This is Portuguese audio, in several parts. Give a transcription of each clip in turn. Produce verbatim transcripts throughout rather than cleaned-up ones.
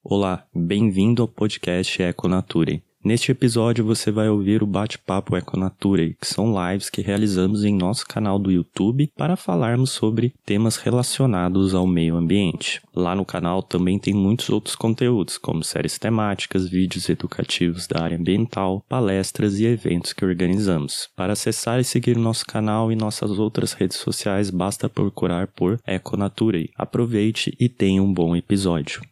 Olá, bem-vindo ao podcast Econature. Neste episódio você vai ouvir o bate-papo Econature, que são lives que realizamos em nosso canal do YouTube para falarmos sobre temas relacionados ao meio ambiente. Lá no canal também tem muitos outros conteúdos, como séries temáticas, vídeos educativos da área ambiental, palestras e eventos que organizamos. Para acessar e seguir nosso canal e nossas outras redes sociais, basta procurar por Econature. Aproveite e tenha um bom episódio.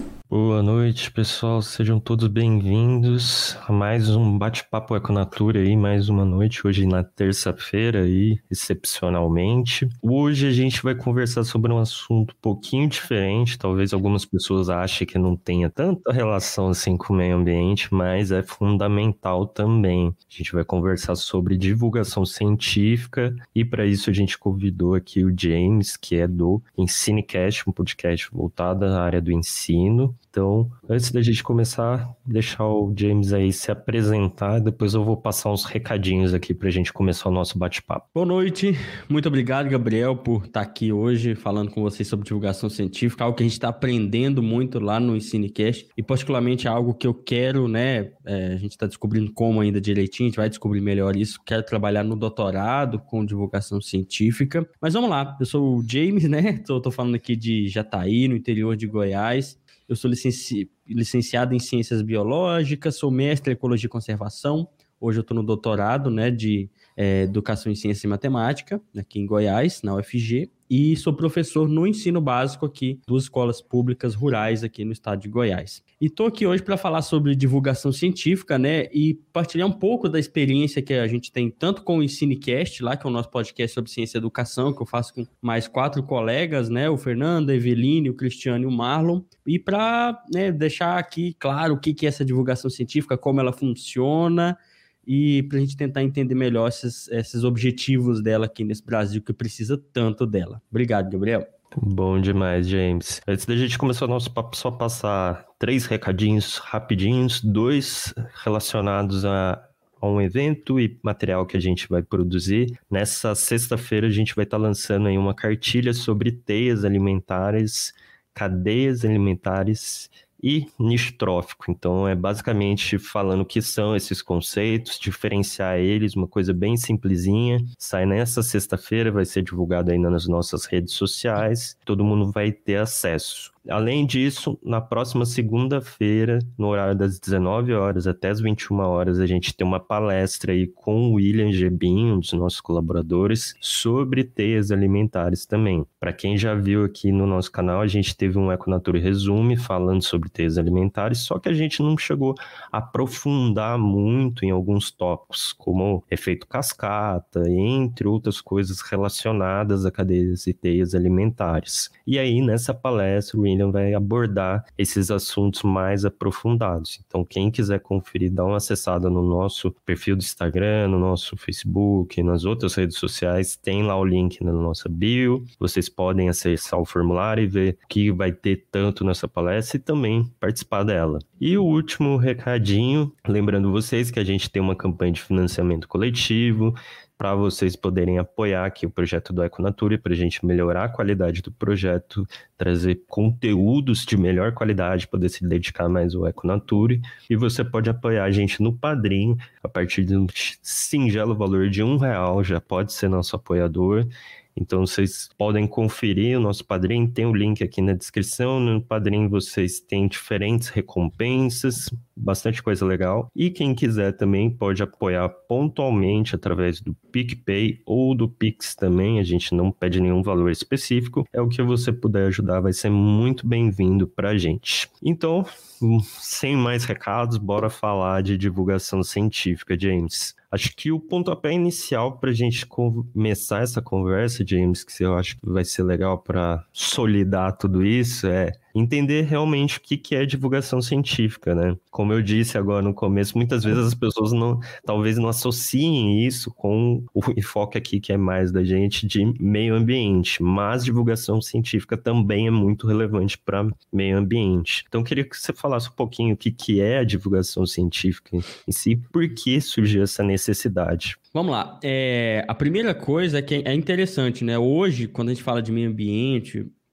Boa noite, pessoal. Sejam todos bem-vindos a mais um bate-papo Econature aí, mais uma noite, hoje na terça-feira aí, excepcionalmente. Hoje a gente vai conversar sobre um assunto um pouquinho diferente, talvez algumas pessoas achem que não tenha tanta relação assim com o meio ambiente, mas é fundamental também. A gente vai conversar sobre divulgação científica e para isso a gente convidou aqui o James, que é do EnsineCast, um podcast voltado à área do ensino. Então, antes da gente começar, deixar o James aí se apresentar, depois eu vou passar uns recadinhos aqui pra gente começar o nosso bate-papo. Boa noite, muito obrigado, Gabriel, por estar aqui hoje falando com vocês sobre divulgação científica, algo que a gente está aprendendo muito lá no EnsineCast e particularmente algo que eu quero, né, é, a gente está descobrindo como ainda direitinho, a gente vai descobrir melhor isso, quero trabalhar no doutorado com divulgação científica, mas vamos lá, eu sou o James, né, tô, tô falando aqui de Jataí, no interior de Goiás. Eu sou licenci... licenciado em Ciências Biológicas, sou mestre em Ecologia e Conservação. Hoje eu estou no doutorado, né, de é, Educação em Ciência e Matemática, aqui em Goiás, na U F G. E sou professor no ensino básico aqui, duas escolas públicas rurais aqui no estado de Goiás. E estou aqui hoje para falar sobre divulgação científica, né, e partilhar um pouco da experiência que a gente tem tanto com o EnsineCast, lá que é o nosso podcast sobre ciência e educação, que eu faço com mais quatro colegas, né, o Fernando, a Eveline, o Cristiano e o Marlon, e para, né, deixar aqui claro o que que é essa divulgação científica, como ela funciona, e para a gente tentar entender melhor esses, esses objetivos dela aqui nesse Brasil que precisa tanto dela. Obrigado, Gabriel. Bom demais, James. Antes da gente começar o nosso papo, só passar três recadinhos rapidinhos, dois relacionados a, a um evento e material que a gente vai produzir. Nessa sexta-feira a gente vai estar lançando aí uma cartilha sobre teias alimentares, cadeias alimentares e nicho trófico. Então é basicamente falando o que são esses conceitos, diferenciar eles, uma coisa bem simplesinha. Sai nessa sexta-feira, vai ser divulgado ainda nas nossas redes sociais, todo mundo vai ter acesso. Além disso, na próxima segunda-feira, no horário das dezenove horas até as vinte e uma horas, a gente tem uma palestra aí com o William Gebin, um dos nossos colaboradores, sobre teias alimentares também. Para quem já viu aqui no nosso canal, a gente teve um Econature Resume falando sobre teias alimentares, só que a gente não chegou a aprofundar muito em alguns tópicos, como efeito cascata, entre outras coisas relacionadas a cadeias e teias alimentares. E aí, nessa palestra, o William vai abordar esses assuntos mais aprofundados. Então, quem quiser conferir, dá uma acessada no nosso perfil do Instagram, no nosso Facebook, nas outras redes sociais, tem lá o link na nossa bio. Vocês podem acessar o formulário e ver o que vai ter tanto nessa palestra e também participar dela. E o último recadinho, lembrando vocês que a gente tem uma campanha de financiamento coletivo, para vocês poderem apoiar aqui o projeto do Econature, para a gente melhorar a qualidade do projeto, trazer conteúdos de melhor qualidade, poder se dedicar mais ao Econature. E você pode apoiar a gente no Padrim, a partir de um singelo valor de um real, já pode ser nosso apoiador. Então vocês podem conferir o nosso Padrim, tem o link aqui na descrição. No Padrim vocês têm diferentes recompensas, bastante coisa legal. E quem quiser também pode apoiar pontualmente através do PicPay ou do Pix também. A gente não pede nenhum valor específico. É o que você puder ajudar, vai ser muito bem-vindo pra gente. Então, sem mais recados, bora falar de divulgação científica, James. Acho que o pontapé inicial para a gente começar essa conversa, James, que eu acho que vai ser legal para solidar tudo isso, é entender realmente o que, que é divulgação científica, né? Como eu disse agora no começo, muitas vezes as pessoas não, talvez não associem isso com o enfoque aqui que é mais da gente de meio ambiente, mas divulgação científica também é muito relevante para meio ambiente. Então eu queria que você falasse um pouquinho o que, que é a divulgação científica em si, por que surgiu essa necessidade. Vamos lá, é, a primeira coisa é que é interessante, né? Hoje, quando a gente fala de meio ambiente,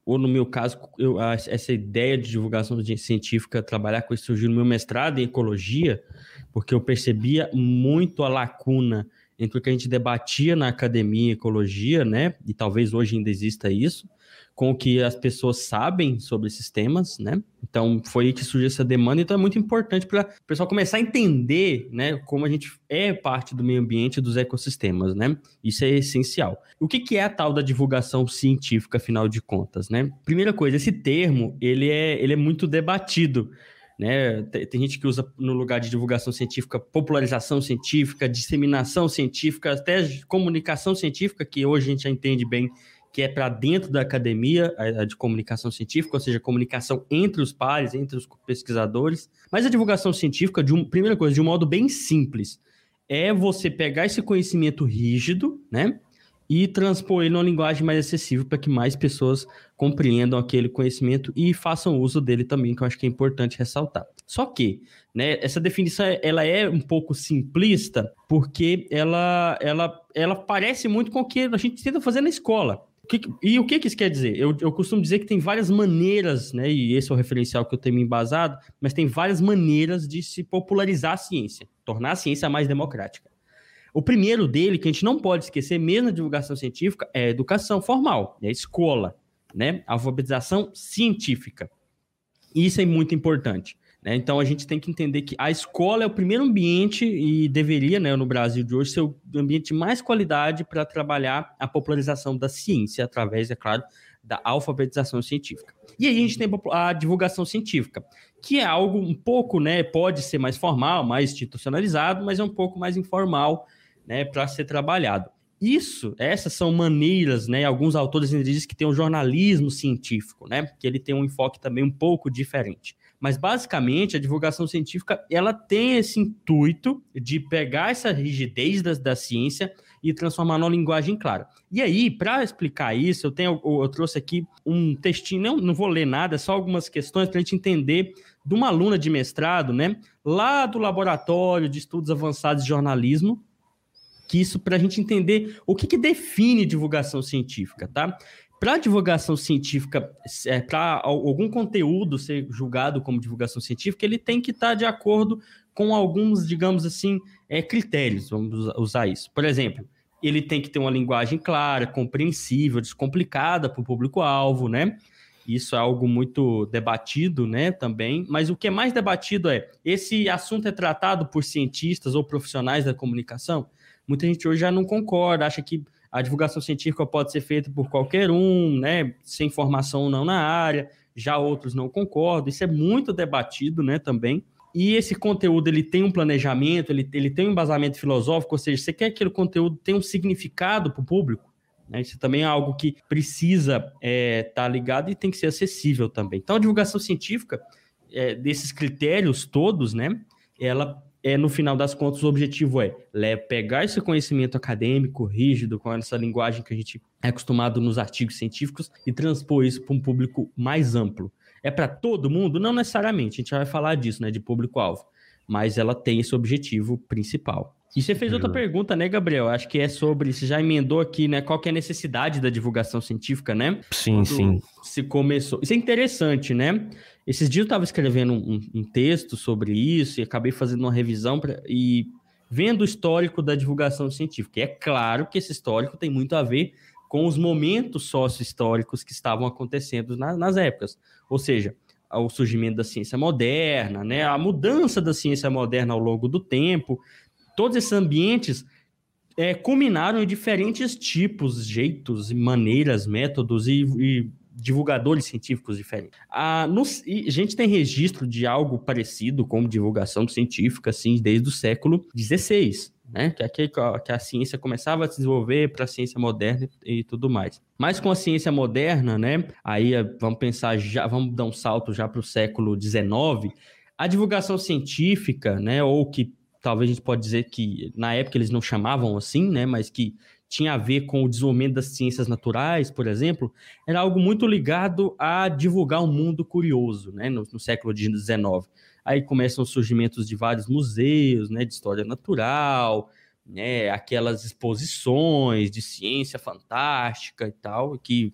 ou no meu caso, eu, essa ideia de divulgação científica, trabalhar com isso surgiu no meu mestrado em ecologia, porque eu percebia muito a lacuna entre o que a gente debatia na academia em ecologia, né, e talvez hoje ainda exista isso, com o que as pessoas sabem sobre esses temas, né? Então, foi aí que surgiu essa demanda. Então, é muito importante para o pessoal começar a entender, né, como a gente é parte do meio ambiente e dos ecossistemas, né? Isso é essencial. O que, que é a tal da divulgação científica, afinal de contas, né? Primeira coisa, esse termo, ele é, ele é muito debatido, né? Tem, tem gente que usa no lugar de divulgação científica, popularização científica, disseminação científica, até comunicação científica, que hoje a gente já entende bem que é para dentro da academia, a, a de comunicação científica, ou seja, comunicação entre os pares, entre os pesquisadores. Mas a divulgação científica, de um, primeira coisa, de um modo bem simples, é você pegar esse conhecimento rígido, né, e transpor ele numa linguagem mais acessível para que mais pessoas compreendam aquele conhecimento e façam uso dele também, que eu acho que é importante ressaltar. Só que, né, essa definição ela é um pouco simplista porque ela, ela, ela parece muito com o que a gente tenta fazer na escola. Que, e o que, que isso quer dizer? Eu, eu costumo dizer que tem várias maneiras, né, e esse é o referencial que eu tenho me embasado, mas tem várias maneiras de se popularizar a ciência, tornar a ciência mais democrática. O primeiro dele, que a gente não pode esquecer, mesmo na divulgação científica, é a educação formal, é a escola, né, a alfabetização científica. Isso é muito importante. Então, a gente tem que entender que a escola é o primeiro ambiente e deveria, né, no Brasil de hoje, ser o ambiente de mais qualidade para trabalhar a popularização da ciência através, é claro, da alfabetização científica. E aí a gente tem a divulgação científica, que é algo um pouco, né, pode ser mais formal, mais institucionalizado, mas é um pouco mais informal, né, para ser trabalhado. Isso, essas são maneiras, né, alguns autores dizem que tem um jornalismo científico, né, que ele tem um enfoque também um pouco diferente. Mas, basicamente, a divulgação científica, ela tem esse intuito de pegar essa rigidez da, da ciência e transformar numa linguagem clara. E aí, para explicar isso, eu, tenho, eu, eu trouxe aqui um textinho, não, não vou ler nada, só algumas questões para a gente entender de uma aluna de mestrado, né, lá do Laboratório de Estudos Avançados de Jornalismo, que isso para a gente entender o que, que define divulgação científica, tá? Para a divulgação científica, é, para algum conteúdo ser julgado como divulgação científica, ele tem que estar de acordo com alguns, digamos assim, é, critérios, vamos usar isso. Por exemplo, ele tem que ter uma linguagem clara, compreensível, descomplicada para o público-alvo, né? Isso é algo muito debatido, né, também. Mas o que é mais debatido é, esse assunto é tratado por cientistas ou profissionais da comunicação? Muita gente hoje já não concorda, acha que a divulgação científica pode ser feita por qualquer um, né, sem formação ou não na área, já outros não concordam, isso é muito debatido, né, também. E esse conteúdo, ele tem um planejamento, ele, ele tem um embasamento filosófico, ou seja, você quer que aquele conteúdo tenha um significado para o público, né, isso também é algo que precisa estar é, tá ligado e tem que ser acessível também. Então, a divulgação científica, é, desses critérios todos, né, ela... É, no final das contas, o objetivo é, é pegar esse conhecimento acadêmico, rígido, com essa linguagem que a gente é acostumado nos artigos científicos, e transpor isso para um público mais amplo. É para todo mundo? Não necessariamente, a gente já vai falar disso, né, de público-alvo, mas ela tem esse objetivo principal. E você fez outra pergunta, né, Gabriel? Acho que é sobre, você já emendou aqui, né, qual que é a necessidade da divulgação científica, né? Sim, Quando sim. Se começou... Isso é interessante, né? Esses dias eu estava escrevendo um, um texto sobre isso e acabei fazendo uma revisão pra, e vendo o histórico da divulgação científica. E é claro que esse histórico tem muito a ver com os momentos sócio-históricos que estavam acontecendo na, nas épocas. Ou seja, o surgimento da ciência moderna, né, a mudança da ciência moderna ao longo do tempo, todos esses ambientes é, culminaram em diferentes tipos, jeitos, maneiras, métodos e, e divulgadores científicos diferentes. Ah, no, a gente tem registro de algo parecido com divulgação científica, assim, desde o século dezesseis, né? Que, aqui, que a ciência começava a se desenvolver para a ciência moderna e, e tudo mais. Mas com a ciência moderna, né? Aí vamos pensar, já, vamos dar um salto já para o século dezenove, a divulgação científica, né? Ou que talvez a gente pode dizer que na época eles não chamavam assim, né? Mas que tinha a ver com o desenvolvimento das ciências naturais, por exemplo, era algo muito ligado a divulgar um mundo curioso, né, no, no século dezenove. Aí começam os surgimentos de vários museus, né, de história natural, né, aquelas exposições de ciência fantástica e tal, que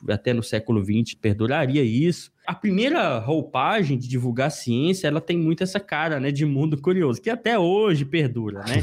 até no século vinte perduraria isso. A primeira roupagem de divulgar ciência, ela tem muito essa cara, né, de mundo curioso, que até hoje perdura, né?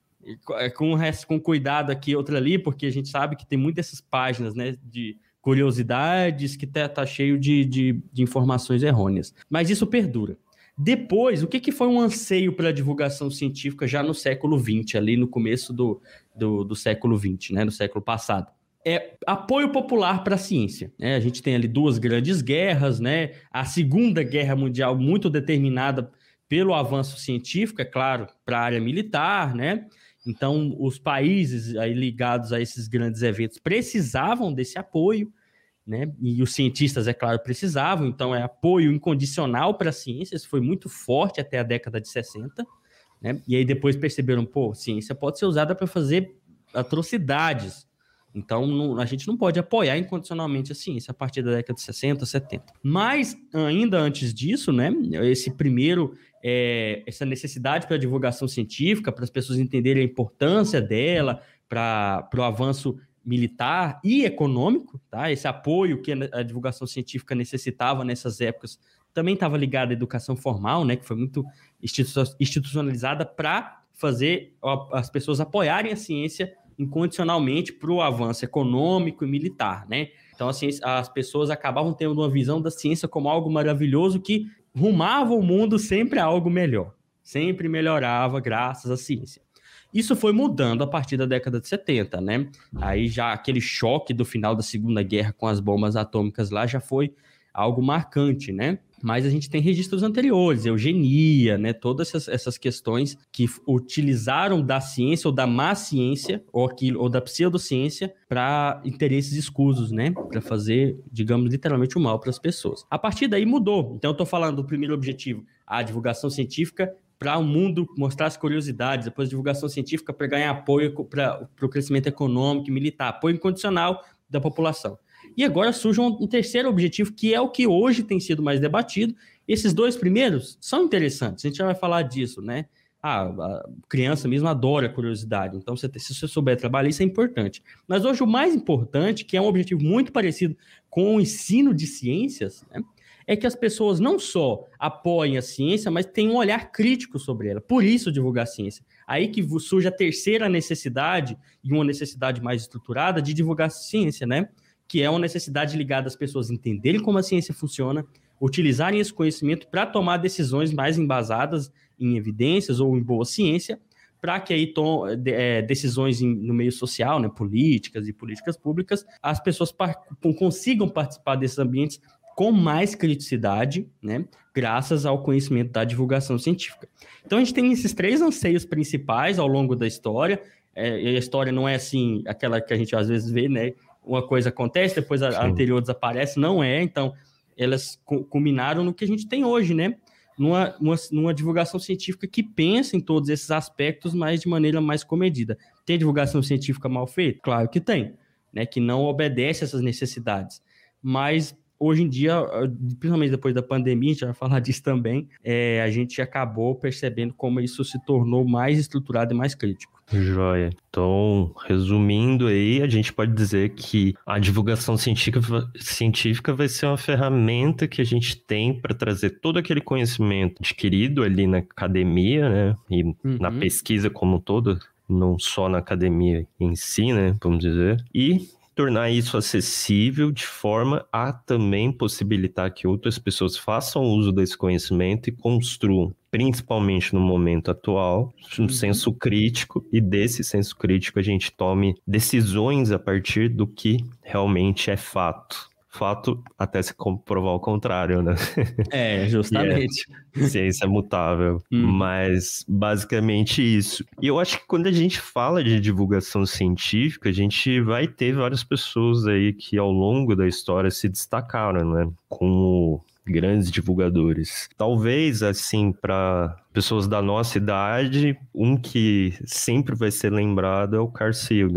com, com cuidado aqui, outra ali, porque a gente sabe que tem muitas dessas páginas, né, de curiosidades, que tá, tá cheio de, de, de informações errôneas. Mas isso perdura. Depois, o que, que foi um anseio pela divulgação científica já no século vinte, ali no começo do, do, do século vinte, né, no século passado? É apoio popular para a ciência. Né? A gente tem ali duas grandes guerras, né? A Segunda Guerra Mundial muito determinada pelo avanço científico, é claro, para a área militar, né? Então, os países aí ligados a esses grandes eventos precisavam desse apoio, né? E os cientistas, é claro, precisavam. Então, é apoio incondicional para a ciência. Isso foi muito forte até a década de sessenta, né? E aí depois perceberam, pô, ciência pode ser usada para fazer atrocidades. Então, não, a gente não pode apoiar incondicionalmente a ciência a partir da década de sessenta, setenta. Mas, ainda antes disso, né, esse primeiro, é, essa necessidade para a divulgação científica, para as pessoas entenderem a importância dela, para o avanço militar e econômico, tá? Esse apoio que a divulgação científica necessitava nessas épocas também estava ligado à educação formal, né, que foi muito institucionalizada para fazer as pessoas apoiarem a ciência incondicionalmente para o avanço econômico e militar, né? Então, assim, as pessoas acabavam tendo uma visão da ciência como algo maravilhoso que rumava o mundo sempre a algo melhor. Sempre melhorava graças à ciência. Isso foi mudando a partir da década de setenta, né? Aí já aquele choque do final da Segunda Guerra com as bombas atômicas lá já foi algo marcante, né? Mas a gente tem registros anteriores, eugenia, né? Todas essas, essas questões que utilizaram da ciência ou da má ciência ou, aquilo, ou da pseudociência para interesses escusos, né? Para fazer, digamos, literalmente o mal para as pessoas. A partir daí mudou. Então eu estou falando do primeiro objetivo, a divulgação científica para o mundo mostrar as curiosidades, depois a divulgação científica para ganhar apoio para o crescimento econômico e militar, apoio incondicional da população. E agora surge um, um terceiro objetivo, que é o que hoje tem sido mais debatido. Esses dois primeiros são interessantes, a gente já vai falar disso, né? Ah, a criança mesmo adora curiosidade, então você, se você souber trabalhar, isso é importante. Mas hoje o mais importante, que é um objetivo muito parecido com o ensino de ciências, né, é que as pessoas não só apoiem a ciência, mas tenham um olhar crítico sobre ela. Por isso divulgar a ciência. Aí que surge a terceira necessidade, e uma necessidade mais estruturada, de divulgar a ciência, né? Que é uma necessidade ligada às pessoas entenderem como a ciência funciona, utilizarem esse conhecimento para tomar decisões mais embasadas em evidências ou em boa ciência, para que aí tom, é, decisões em, no meio social, né, políticas e políticas públicas, as pessoas par- consigam participar desses ambientes com mais criticidade, né, graças ao conhecimento da divulgação científica. Então, a gente tem esses três anseios principais ao longo da história, é, e a história não é assim, aquela que a gente às vezes vê, né, uma coisa acontece, depois a, a anterior desaparece, não é, então, elas culminaram no que a gente tem hoje, né, numa, numa, numa divulgação científica que pensa em todos esses aspectos, mas de maneira mais comedida. Tem divulgação científica mal feita? Claro que tem, né, que não obedece a essas necessidades, mas hoje em dia, principalmente depois da pandemia, a gente vai falar disso também, é, a gente acabou percebendo como isso se tornou mais estruturado e mais crítico. Joia. Então, resumindo aí, a gente pode dizer que a divulgação científica, científica vai ser uma ferramenta que a gente tem para trazer todo aquele conhecimento adquirido ali na academia, né, e uhum. na pesquisa como um todo, não só na academia em si, né, vamos dizer, e tornar isso acessível de forma a também possibilitar que outras pessoas façam uso desse conhecimento e construam, principalmente no momento atual, um uhum. senso crítico, e desse senso crítico a gente tome decisões a partir do que realmente é fato. Fato até se comprovar o contrário, né? É, justamente. É, ciência é mutável, hum. mas basicamente isso. E eu acho que quando a gente fala de divulgação científica, a gente vai ter várias pessoas aí que ao longo da história se destacaram, né? Como grandes divulgadores. Talvez, assim, para pessoas da nossa idade, um que sempre vai ser lembrado é o Carl Sagan.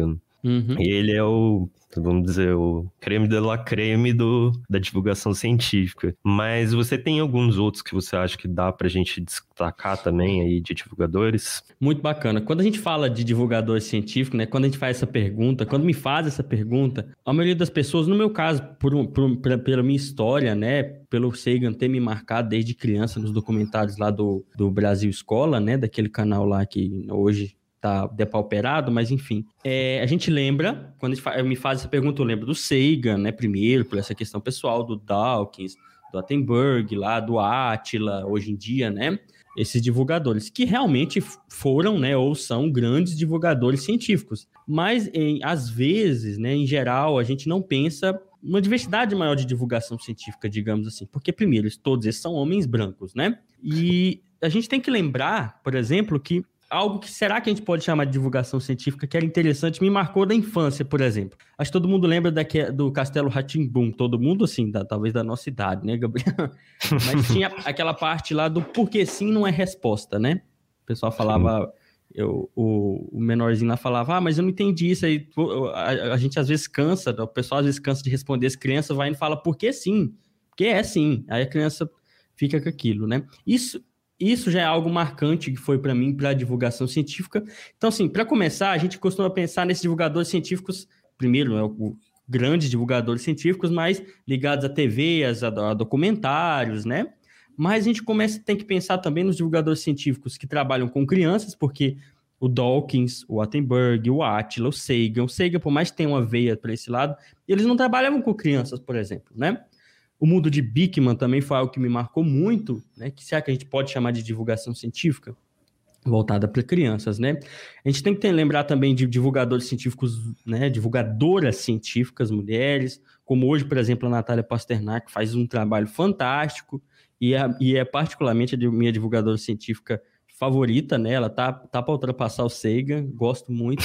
Uhum. E ele é o, vamos dizer, o creme de la creme do, da divulgação científica. Mas você tem alguns outros que você acha que dá pra gente destacar também aí de divulgadores? Muito bacana. Quando a gente fala de divulgador científico, né? Quando a gente faz essa pergunta, quando me faz essa pergunta, a maioria das pessoas, no meu caso, por, um, por pela, pela minha história, né? Pelo Sagan ter me marcado desde criança nos documentários lá do, do Brasil Escola, né? Daquele canal lá que hoje tá depauperado, mas enfim. É, a gente lembra, quando a gente fa- me faz essa pergunta, eu lembro do Sagan, né? Primeiro, por essa questão pessoal, do Dawkins, do Attenberg, lá do Átila, hoje em dia, né? Esses divulgadores, que realmente foram, né, ou são grandes divulgadores científicos. Mas, em, às vezes, né, em geral, a gente não pensa uma diversidade maior de divulgação científica, digamos assim. Porque, primeiro, todos esses são homens brancos, né? E a gente tem que lembrar, por exemplo, que algo que será que a gente pode chamar de divulgação científica que era interessante, me marcou da infância, por exemplo. Acho que todo mundo lembra daque, do Castelo Rá-Tim-Bum, todo mundo, assim, da, talvez da nossa idade, né, Gabriel? Mas tinha aquela parte lá do porque sim não é resposta, né? O pessoal falava, eu, o, o menorzinho lá falava, ah, mas eu não entendi isso aí. A, a gente às vezes cansa, o pessoal às vezes cansa de responder, as crianças vai e fala, por que sim? Porque é sim. Aí a criança fica com aquilo, né? Isso... Isso já é algo marcante que foi para mim, para a divulgação científica. Então, assim, para começar, a gente costuma pensar nesses divulgadores científicos, primeiro, né, o, grandes divulgadores científicos, mas ligados à T V, a, a documentários, né? Mas a gente começa, tem que pensar também nos divulgadores científicos que trabalham com crianças, porque o Dawkins, o Attenberg, o Átila, o Sagan, o Sagan, por mais que tenha uma veia para esse lado, eles não trabalhavam com crianças, por exemplo, né? O mundo de Bickman também foi algo que me marcou muito, né? Que será que a gente pode chamar de divulgação científica? Voltada para crianças, né? A gente tem que ter, lembrar também de divulgadores científicos, né? Divulgadoras científicas, mulheres, como hoje, por exemplo, a Natália Pasternak faz um trabalho fantástico e é, e é particularmente a minha divulgadora científica favorita, né? Ela tá, tá para ultrapassar o Sagan, gosto muito.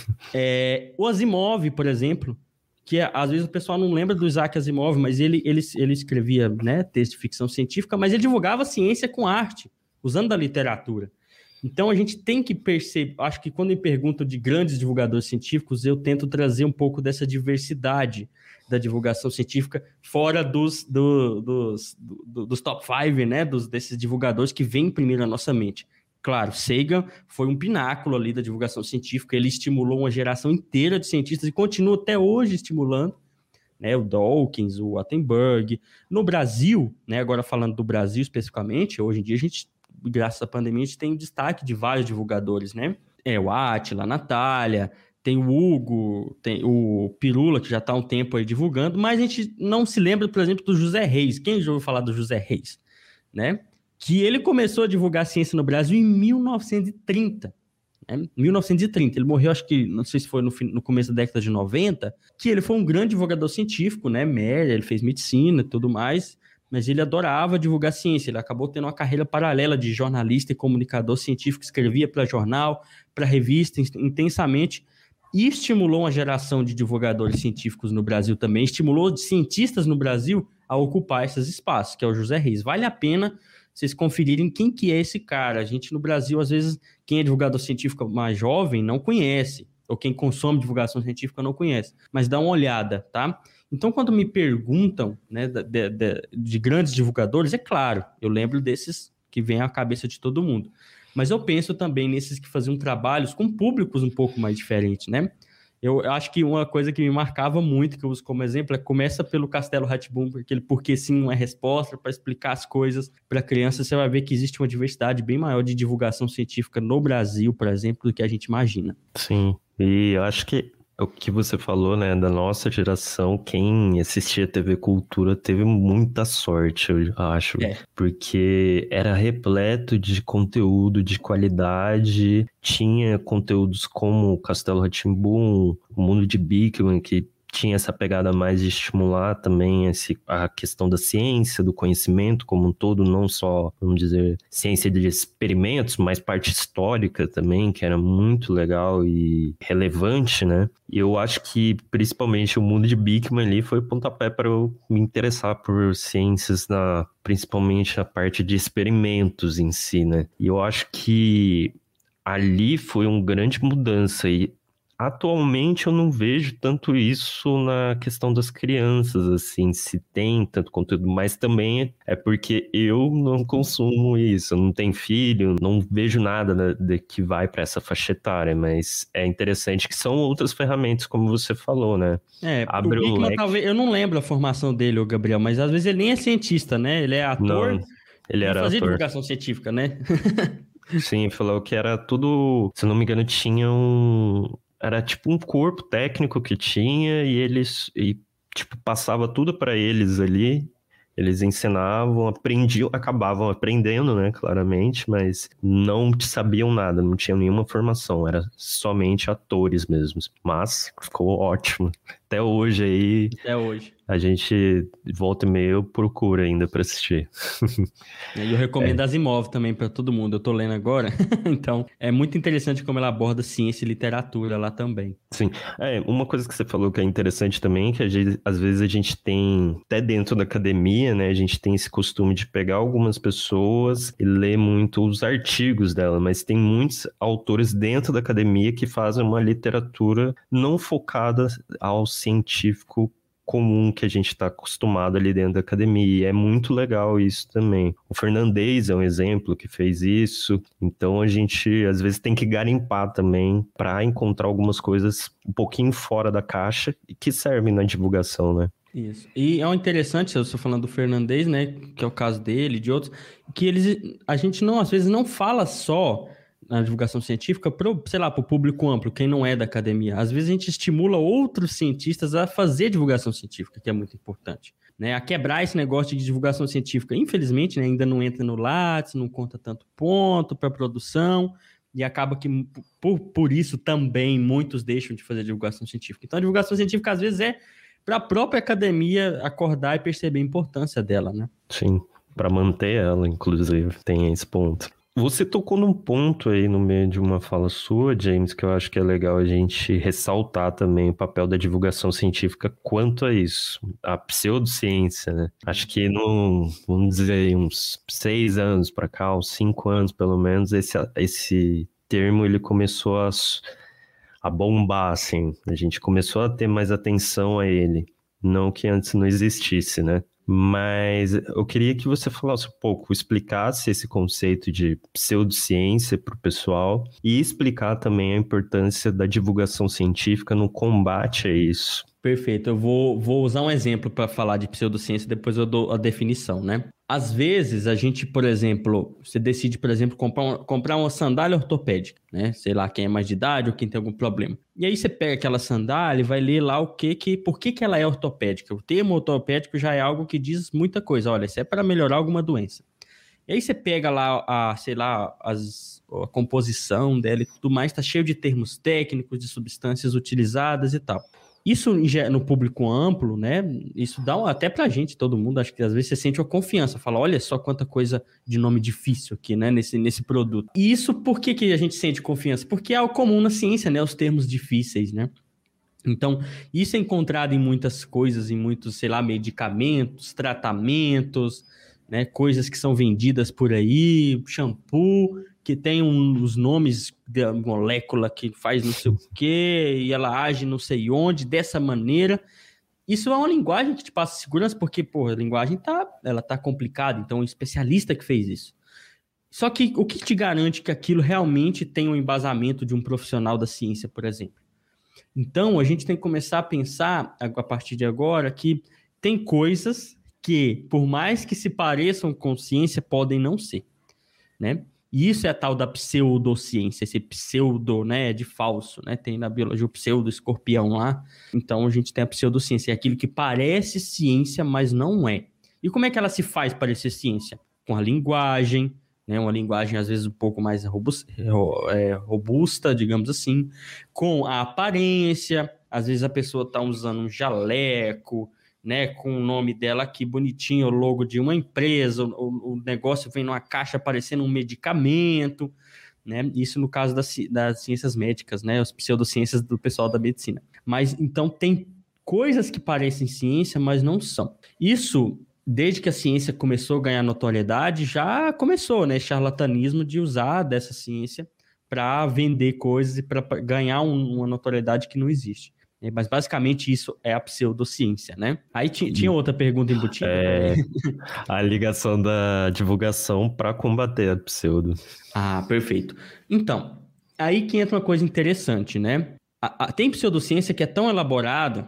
é, o Asimov, por exemplo, que às vezes o pessoal não lembra do Isaac Asimov, mas ele, ele, ele escrevia, né, texto de ficção científica, mas ele divulgava ciência com arte, usando da literatura. Então a gente tem que perceber, acho que quando me perguntam de grandes divulgadores científicos, eu tento trazer um pouco dessa diversidade da divulgação científica fora dos, do, dos, do, dos top five, né, dos, desses divulgadores que vêm primeiro na nossa mente. Claro, Sagan foi um pináculo ali da divulgação científica, ele estimulou uma geração inteira de cientistas e continua até hoje estimulando, né, o Dawkins, o Attenberg. No Brasil, né, agora falando do Brasil especificamente, hoje em dia a gente, graças à pandemia, a gente tem um destaque de vários divulgadores, né? É o Átila, a Natália, tem o Hugo, tem o Pirula, que já está há um tempo aí divulgando, mas a gente não se lembra, por exemplo, do José Reis. Quem já ouviu falar do José Reis, né? Que ele começou a divulgar ciência no Brasil em mil novecentos e trinta. Né? mil novecentos e trinta. Ele morreu, acho que, não sei se foi no, no começo da década de noventa, que ele foi um grande divulgador científico, né? Média, ele fez medicina e tudo mais, mas ele adorava divulgar ciência. Ele acabou tendo uma carreira paralela de jornalista e comunicador científico, escrevia para jornal, para revista, intensamente, e estimulou uma geração de divulgadores científicos no Brasil também, estimulou cientistas no Brasil a ocupar esses espaços, que é o José Reis. Vale a pena vocês conferirem quem que é esse cara. A gente no Brasil, às vezes, quem é divulgador científico mais jovem não conhece, ou quem consome divulgação científica não conhece, mas dá uma olhada, tá? Então, quando me perguntam, né, de, de, de grandes divulgadores, é claro, eu lembro desses que vêm à cabeça de todo mundo, mas eu penso também nesses que faziam trabalhos com públicos um pouco mais diferentes, né? Eu acho que uma coisa que me marcava muito, que eu uso como exemplo, é começa pelo Castelo Rá-Tim-Bum, aquele porque sim não é resposta, para explicar as coisas para criança, você vai ver que existe uma diversidade bem maior de divulgação científica no Brasil, por exemplo, do que a gente imagina. Sim, e eu acho que o que você falou, né, da nossa geração, quem assistia T V Cultura teve muita sorte, eu acho, é. Porque era repleto de conteúdo de qualidade, tinha conteúdos como Castelo Rá-Tim-Bum, o Mundo de Bickman, que tinha essa pegada mais de estimular também esse, a questão da ciência, do conhecimento como um todo, não só, vamos dizer, ciência de experimentos, mas parte histórica também, que era muito legal e relevante, né? E eu acho que, principalmente, o Mundo de Bickman ali foi o pontapé para eu me interessar por ciências, na, principalmente a parte de experimentos em si, né? E eu acho que ali foi uma grande mudança e atualmente eu não vejo tanto isso na questão das crianças, assim, se tem tanto conteúdo, mas também é porque eu não consumo isso, eu não tenho filho, não vejo nada né, de que vai para essa faixa etária, mas é interessante que são outras ferramentas, como você falou, né? É, Abre o Bigman, leque. talvez, eu não lembro a formação dele, o Gabriel, mas às vezes ele nem é cientista, né? Ele é ator, Não, ele não era fazia ator. divulgação científica, né? Sim, falou que era tudo, se não me engano, tinha um... Era tipo um corpo técnico que tinha e eles, e, tipo, passava tudo para eles ali. Eles ensinavam, aprendiam, acabavam aprendendo, né, claramente, mas não sabiam nada, não tinham nenhuma formação, era somente atores mesmos. Mas ficou ótimo. Até hoje aí... Até hoje. A gente volta e meia procura ainda para assistir. E eu recomendo é. Asimov também para todo mundo. Eu tô lendo agora, então é muito interessante como ela aborda ciência e literatura lá também. Sim, é, uma coisa que você falou que é interessante também, que a gente, às vezes a gente tem, até dentro da academia, né, a gente tem esse costume de pegar algumas pessoas e ler muito os artigos dela, mas tem muitos autores dentro da academia que fazem uma literatura não focada ao científico comum que a gente está acostumado ali dentro da academia, e é muito legal isso também. O Fernandes é um exemplo que fez isso, então a gente às vezes tem que garimpar também para encontrar algumas coisas um pouquinho fora da caixa e que servem na divulgação, né? Isso. E é um interessante, eu estou falando do Fernandes, né, que é o caso dele, de outros, que eles, a gente não, às vezes não fala só na divulgação científica, pro, sei lá, para o público amplo, quem não é da academia. Às vezes a gente estimula outros cientistas a fazer divulgação científica, que é muito importante, né? A quebrar esse negócio de divulgação científica. Infelizmente, né, ainda não entra no Lattes, não conta tanto ponto para produção, e acaba que, por, por isso, também muitos deixam de fazer divulgação científica. Então, a divulgação científica, às vezes, é para a própria academia acordar e perceber a importância dela, né? Sim, para manter ela, inclusive, tem esse ponto. Você tocou num ponto aí no meio de uma fala sua, James, que eu acho que é legal a gente ressaltar também o papel da divulgação científica quanto a isso, a pseudociência, né? Acho que no, vamos dizer, uns seis anos para cá, uns cinco anos pelo menos, esse, esse termo ele começou a, a bombar, assim. A gente começou a ter mais atenção a ele, não que antes não existisse, né? Mas eu queria que você falasse um pouco, explicasse esse conceito de pseudociência para o pessoal e explicar também a importância da divulgação científica no combate a isso. Perfeito, eu vou, vou usar um exemplo para falar de pseudociência, depois eu dou a definição, né? Às vezes a gente, por exemplo, você decide, por exemplo, comprar uma, comprar uma sandália ortopédica, né? Sei lá, quem é mais de idade ou quem tem algum problema. E aí você pega aquela sandália e vai ler lá o que que, por que que ela é ortopédica. O termo ortopédico já é algo que diz muita coisa. Olha, isso é para melhorar alguma doença. E aí você pega lá, a, sei lá, as, a composição dela e tudo mais, tá cheio de termos técnicos, de substâncias utilizadas e tal. Isso no público amplo, né? Isso dá um, até pra gente, todo mundo, acho que às vezes você sente uma confiança, fala, olha só quanta coisa de nome difícil aqui, né? Nesse, nesse produto. E isso, por que, que a gente sente confiança? Porque é algo comum na ciência, né? Os termos difíceis, né? Então, isso é encontrado em muitas coisas, em muitos, sei lá, medicamentos, tratamentos, né? Coisas que são vendidas por aí, shampoo, que tem um, os nomes da molécula que faz não sei o quê, e ela age não sei onde, dessa maneira. Isso é uma linguagem que te passa segurança, porque, pô, a linguagem tá, ela tá complicada, então é um especialista que fez isso. Só que o que te garante que aquilo realmente tem um embasamento de um profissional da ciência, por exemplo? Então, a gente tem que começar a pensar, a partir de agora, que tem coisas que, por mais que se pareçam com ciência, podem não ser, né? E isso é a tal da pseudociência, esse pseudo, né, de falso, né? Tem na biologia o pseudo-escorpião lá. Então, a gente tem a pseudociência, é aquilo que parece ciência, mas não é. E como é que ela se faz parecer ciência? Com a linguagem, né? Uma linguagem, às vezes, um pouco mais robusta, é, robusta, digamos assim. Com a aparência, às vezes a pessoa está usando um jaleco, né, com o nome dela aqui bonitinho, o logo de uma empresa, o, o negócio vem numa caixa parecendo um medicamento, né, isso no caso das, das ciências médicas, né, as pseudociências do pessoal da medicina. Mas, então, tem coisas que parecem ciência, mas não são. Isso, desde que a ciência começou a ganhar notoriedade, já começou, né, charlatanismo de usar dessa ciência para vender coisas e para ganhar um, uma notoriedade que não existe. Mas basicamente isso é a pseudociência, né? Aí t- tinha outra pergunta embutida. É, a ligação da divulgação para combater a pseudo. Ah, perfeito. Então, aí que entra uma coisa interessante, né? A, a, tem pseudociência que é tão elaborada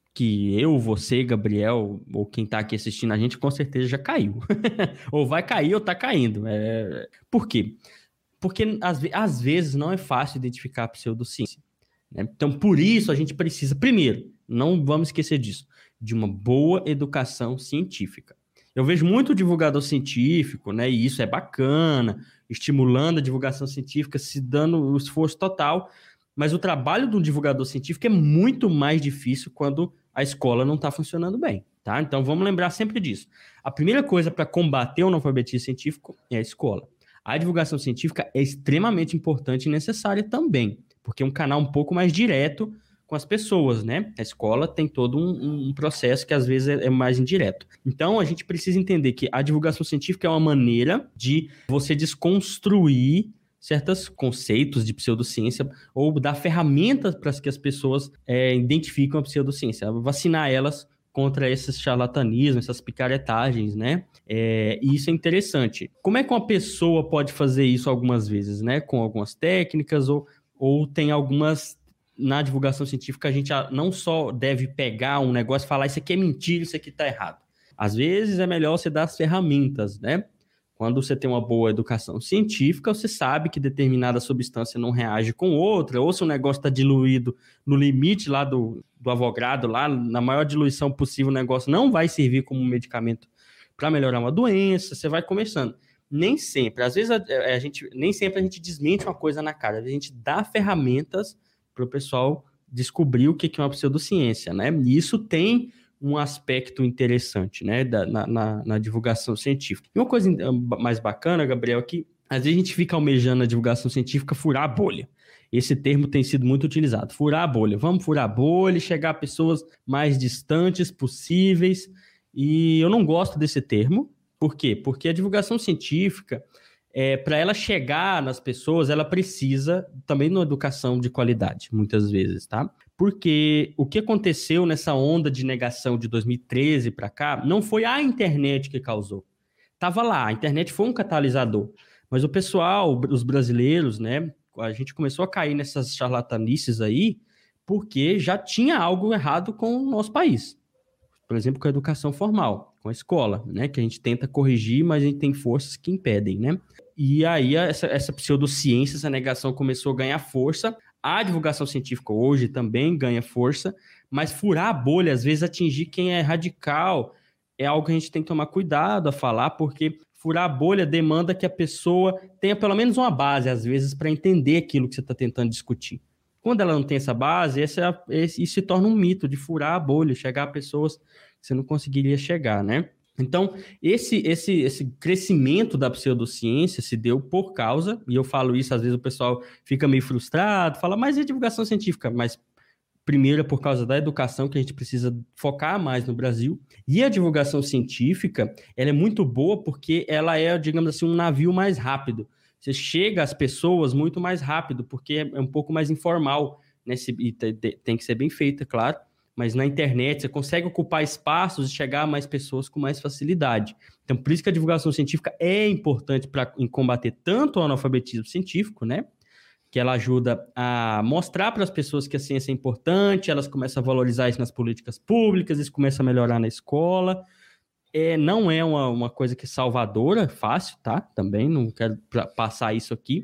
que eu, você, Gabriel, ou quem tá aqui assistindo a gente, com certeza já caiu. Ou vai cair ou tá caindo. É... Por quê? Porque às, às vezes não é fácil identificar a pseudociência. Então, por isso, a gente precisa, primeiro, não vamos esquecer disso, de uma boa educação científica. Eu vejo muito divulgador científico, né, e isso é bacana, estimulando a divulgação científica, se dando o esforço total, mas o trabalho de um divulgador científico é muito mais difícil quando a escola não está funcionando bem, tá? Então, vamos lembrar sempre disso. A primeira coisa para combater o analfabetismo científico é a escola. A divulgação científica é extremamente importante e necessária também, porque é um canal um pouco mais direto com as pessoas, né? A escola tem todo um, um processo que às vezes é, é mais indireto. Então, a gente precisa entender que a divulgação científica é uma maneira de você desconstruir certos conceitos de pseudociência ou dar ferramentas para que as pessoas é, identifiquem a pseudociência, vacinar elas contra esses charlatanismos, essas picaretagens, né? É, e isso é interessante. Como é que uma pessoa pode fazer isso algumas vezes, né? Com algumas técnicas ou, ou tem algumas... Na divulgação científica, a gente não só deve pegar um negócio e falar isso aqui é mentira, isso aqui está errado. Às vezes é melhor você dar as ferramentas, né? Quando você tem uma boa educação científica, você sabe que determinada substância não reage com outra, ou se o negócio está diluído no limite lá do, do Avogadro, lá na maior diluição possível, o negócio não vai servir como um medicamento para melhorar uma doença, você vai começando. Nem sempre, às vezes a, a gente, nem sempre a gente desmente uma coisa na cara, a gente dá ferramentas para o pessoal descobrir o que é uma pseudociência, né? E isso tem um aspecto interessante, né, da, na, na, na divulgação científica. E uma coisa mais bacana, Gabriel, é que às vezes a gente fica almejando a divulgação científica furar a bolha. Esse termo tem sido muito utilizado, furar a bolha. Vamos furar a bolha e chegar a pessoas mais distantes possíveis. E eu não gosto desse termo. Por quê? Porque a divulgação científica, é, para ela chegar nas pessoas, ela precisa também de uma educação de qualidade, muitas vezes, tá? Porque o que aconteceu nessa onda de negação de dois mil e treze para cá não foi a internet que causou. Tava lá, a internet foi um catalisador. Mas o pessoal, os brasileiros, né, a gente começou a cair nessas charlatanices aí porque já tinha algo errado com o nosso país. Por exemplo, com a educação formal, com a escola, né, que a gente tenta corrigir, mas a gente tem forças que impedem, né? E aí essa, essa pseudociência, essa negação começou a ganhar força. A divulgação científica hoje também ganha força, mas furar a bolha, às vezes atingir quem é radical, é algo que a gente tem que tomar cuidado a falar, porque furar a bolha demanda que a pessoa tenha pelo menos uma base, às vezes, para entender aquilo que você está tentando discutir. Quando ela não tem essa base, esse é, esse, isso se torna um mito de furar a bolha, chegar a pessoas que você não conseguiria chegar, né? Então, esse, esse, esse crescimento da pseudociência se deu por causa, e eu falo isso, às vezes o pessoal fica meio frustrado, fala, mas e a divulgação científica? Mas primeiro é por causa da educação, que a gente precisa focar mais no Brasil, e a divulgação científica, ela é muito boa porque ela é, digamos assim, um navio mais rápido. Você chega às pessoas muito mais rápido, porque é um pouco mais informal, né? E tem que ser bem feita, claro. Mas na internet você consegue ocupar espaços e chegar a mais pessoas com mais facilidade. Então, por isso que a divulgação científica é importante para combater tanto o analfabetismo científico, né? Que ela ajuda a mostrar para as pessoas que a ciência é importante, elas começam a valorizar isso nas políticas públicas, isso começa a melhorar na escola. É, não é uma, uma coisa que é salvadora, fácil, tá? Também não quero passar isso aqui.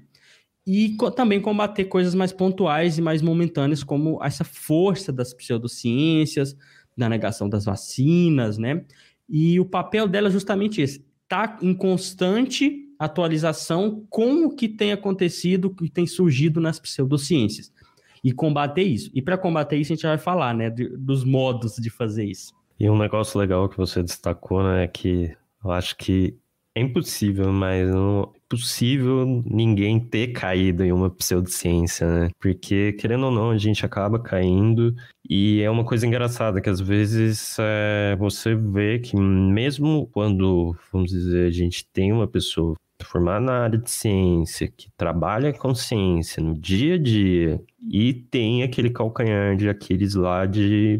E co- também combater coisas mais pontuais e mais momentâneas, como essa força das pseudociências, da negação das vacinas, né? E o papel dela é justamente esse, tá em constante atualização com o que tem acontecido, o que tem surgido nas pseudociências, e combater isso. E para combater isso, a gente vai falar, né, de, dos modos de fazer isso. E um negócio legal que você destacou, né, é que eu acho que é impossível, mas não é possível ninguém ter caído em uma pseudociência, né? Porque, querendo ou não, a gente acaba caindo e é uma coisa engraçada que às vezes é, você vê que mesmo quando, vamos dizer, a gente tem uma pessoa formado na área de ciência, que trabalha com ciência no dia a dia e tem aquele calcanhar de aqueles lá de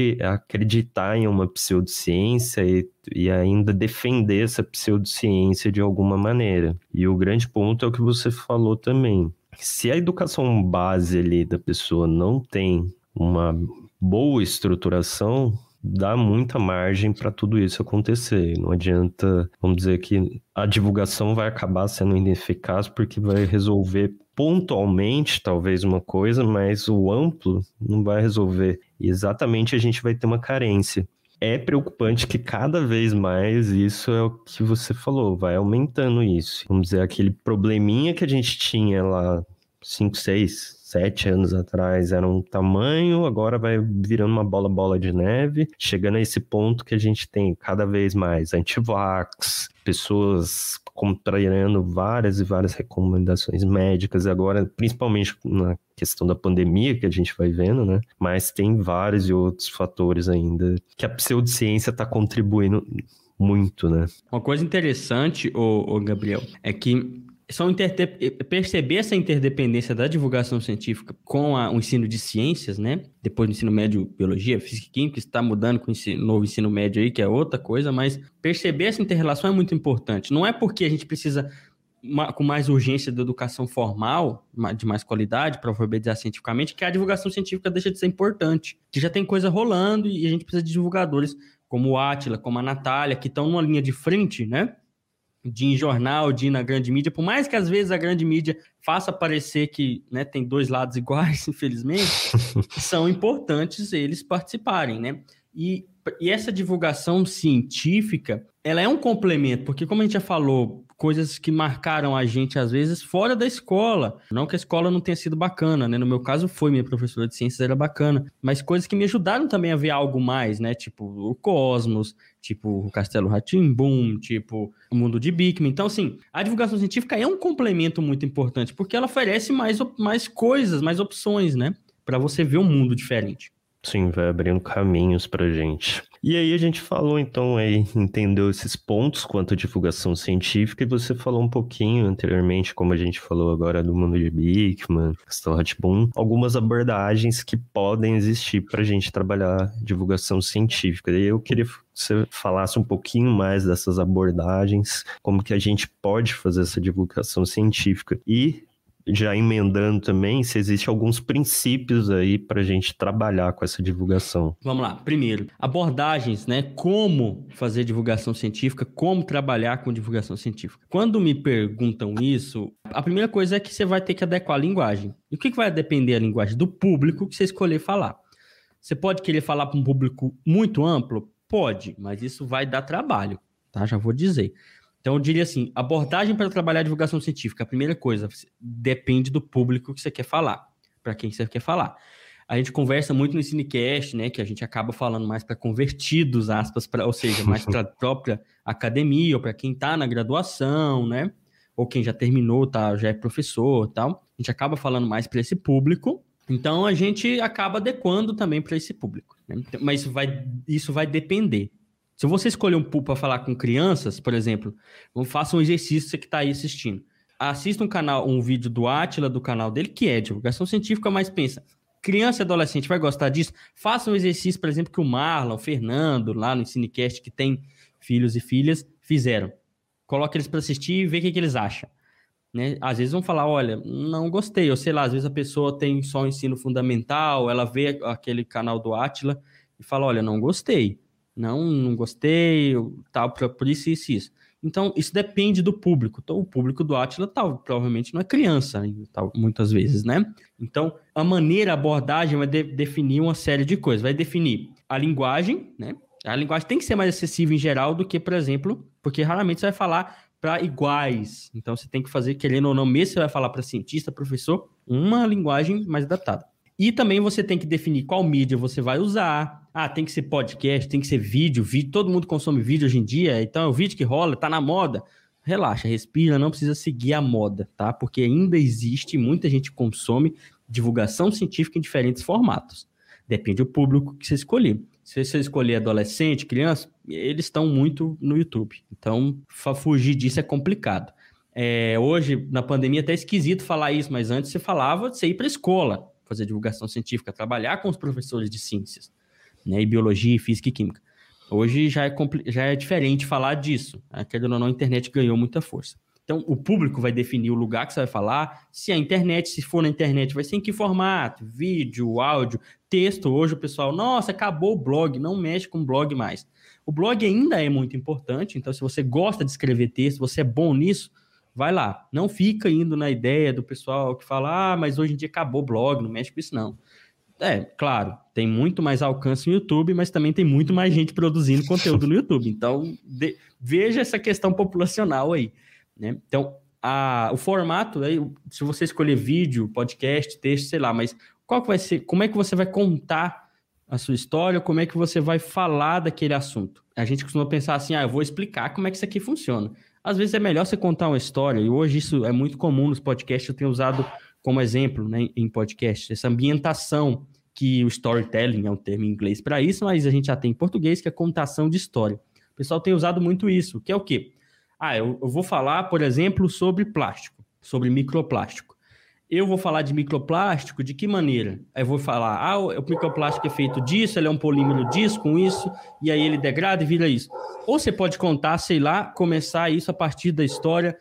acreditar em uma pseudociência e, e ainda defender essa pseudociência de alguma maneira. E o grande ponto é o que você falou também. Se a educação base ali da pessoa não tem uma boa estruturação, dá muita margem para tudo isso acontecer. Não adianta, vamos dizer que a divulgação vai acabar sendo ineficaz porque vai resolver pontualmente, talvez, uma coisa, mas o amplo não vai resolver. E exatamente a gente vai ter uma carência. É preocupante que cada vez mais isso é o que você falou, vai aumentando isso. Vamos dizer, aquele probleminha que a gente tinha lá cinco, seis, sete anos atrás era um tamanho, agora vai virando uma bola, bola de neve, chegando a esse ponto que a gente tem cada vez mais anti-vax, pessoas contrariando várias e várias recomendações médicas, agora principalmente na questão da pandemia que a gente vai vendo, né? Mas tem vários e outros fatores ainda que a pseudociência está contribuindo muito, né? Uma coisa interessante, ô, ô Gabriel, é que são inter... perceber essa interdependência da divulgação científica com a, o ensino de ciências, né? Depois do ensino médio, biologia, física e química, está mudando com o ensino, novo ensino médio aí, que é outra coisa, mas perceber essa inter-relação é muito importante. Não é porque a gente precisa, uma, com mais urgência, da educação formal, de mais qualidade, para alfabetizar cientificamente, que a divulgação científica deixa de ser importante. Que já tem coisa rolando e a gente precisa de divulgadores como o Átila, como a Natália, que estão numa linha de frente, né? De ir em jornal, de ir na grande mídia, por mais que às vezes a grande mídia faça parecer que, né, tem dois lados iguais, infelizmente, são importantes eles participarem, né? E, e essa divulgação científica, ela é um complemento, porque como a gente já falou, coisas que marcaram a gente, às vezes, fora da escola. Não que a escola não tenha sido bacana, né? No meu caso, foi, minha professora de ciências era bacana. Mas coisas que me ajudaram também a ver algo mais, né? Tipo o Cosmos, tipo o Castelo Rá-Tim-Bum, tipo o Mundo de Beakman. Então, assim, a divulgação científica é um complemento muito importante, porque ela oferece mais, mais coisas, mais opções, né? Para você ver um mundo diferente. Sim, vai abrindo caminhos pra gente. E aí a gente falou, então, aí, entendeu esses pontos quanto à divulgação científica, e você falou um pouquinho anteriormente, como a gente falou agora do Mundo de Beakman, Castelo Rá-Tim-Bum, algumas abordagens que podem existir pra gente trabalhar divulgação científica. E eu queria que você falasse um pouquinho mais dessas abordagens, como que a gente pode fazer essa divulgação científica. E já emendando também, se existem alguns princípios aí para a gente trabalhar com essa divulgação. Vamos lá. Primeiro, abordagens, né? Como fazer divulgação científica, como trabalhar com divulgação científica. Quando me perguntam isso, a primeira coisa é que você vai ter que adequar a linguagem. E o que vai depender da linguagem? Do público que você escolher falar. Você pode querer falar para um público muito amplo? Pode, mas isso vai dar trabalho, tá? Já vou dizer. Então, eu diria assim, abordagem para trabalhar a divulgação científica. A primeira coisa, depende do público que você quer falar, para quem você quer falar. A gente conversa muito no Cinecast, né, que a gente acaba falando mais para convertidos, aspas, pra, ou seja, mais para a própria academia, ou para quem está na graduação, né, ou quem já terminou, tá, já é professor e tal. A gente acaba falando mais para esse público, então a gente acaba adequando também para esse público, né? Mas isso vai, isso vai depender. Se você escolher um público para falar com crianças, por exemplo, faça um exercício, você que está aí assistindo. Assista um canal, um vídeo do Átila, do canal dele, que é divulgação científica, mas pensa, criança e adolescente vai gostar disso? Faça um exercício, por exemplo, que o Marlon, o Fernando, lá no Cinecast, que tem filhos e filhas, fizeram. Coloque eles para assistir e vê o que, que eles acham. Né? Às vezes vão falar, olha, não gostei, ou sei lá, às vezes a pessoa tem só o ensino fundamental, ela vê aquele canal do Átila e fala, olha, não gostei. Não, não gostei, tal, por isso, isso, isso. Então, isso depende do público. Então, o público do Átila tal, provavelmente não é criança, tal, muitas vezes, né? Então, a maneira, a abordagem vai de, definir uma série de coisas. Vai definir a linguagem, né? A linguagem tem que ser mais acessível em geral do que, por exemplo, porque raramente você vai falar para iguais. Então, você tem que fazer, querendo ou não, mesmo você vai falar para cientista, professor, uma linguagem mais adaptada. E também você tem que definir qual mídia você vai usar. Ah, tem que ser podcast, tem que ser vídeo, vídeo. Todo mundo consome vídeo hoje em dia, então é o vídeo que rola, tá na moda. Relaxa, respira, não precisa seguir a moda, tá? Porque ainda existe, muita gente consome divulgação científica em diferentes formatos. Depende do público que você escolher. Se você escolher adolescente, criança, eles estão muito no YouTube. Então, fugir disso é complicado. É, hoje, na pandemia, é até esquisito falar isso, mas antes você falava de você ir para a escola, fazer divulgação científica, trabalhar com os professores de ciências, né, e biologia, física e química. Hoje já é, já é diferente falar disso. Querendo ou não, a internet ganhou muita força. Então, o público vai definir o lugar que você vai falar. Se a internet, se for na internet, vai ser em que formato? Vídeo, áudio, texto. Hoje o pessoal, nossa, acabou o blog, não mexe com blog mais. O blog ainda é muito importante, então se você gosta de escrever texto, você é bom nisso, vai lá. Não fica indo na ideia do pessoal que fala, ah, mas hoje em dia acabou o blog, não mexe com isso não. É, claro, tem muito mais alcance no YouTube, mas também tem muito mais gente produzindo conteúdo no YouTube. Então, de, veja essa questão populacional aí, né? Então, a, o formato, aí, se você escolher vídeo, podcast, texto, sei lá, mas qual que vai ser, como é que você vai contar a sua história, como é que você vai falar daquele assunto? A gente costuma pensar assim, ah, eu vou explicar como é que isso aqui funciona. Às vezes é melhor você contar uma história, e hoje isso é muito comum nos podcasts, eu tenho usado como exemplo, né, em podcast, essa ambientação, que o storytelling é um termo em inglês para isso, mas a gente já tem em português, que é contação de história. O pessoal tem usado muito isso, que é o quê? Ah, eu, eu vou falar, por exemplo, sobre plástico, sobre microplástico. Eu vou falar de microplástico de que maneira? Aí eu vou falar, ah, o microplástico é feito disso, ele é um polímero disso, com isso, e aí ele degrada e vira isso. Ou você pode contar, sei lá, começar isso a partir da história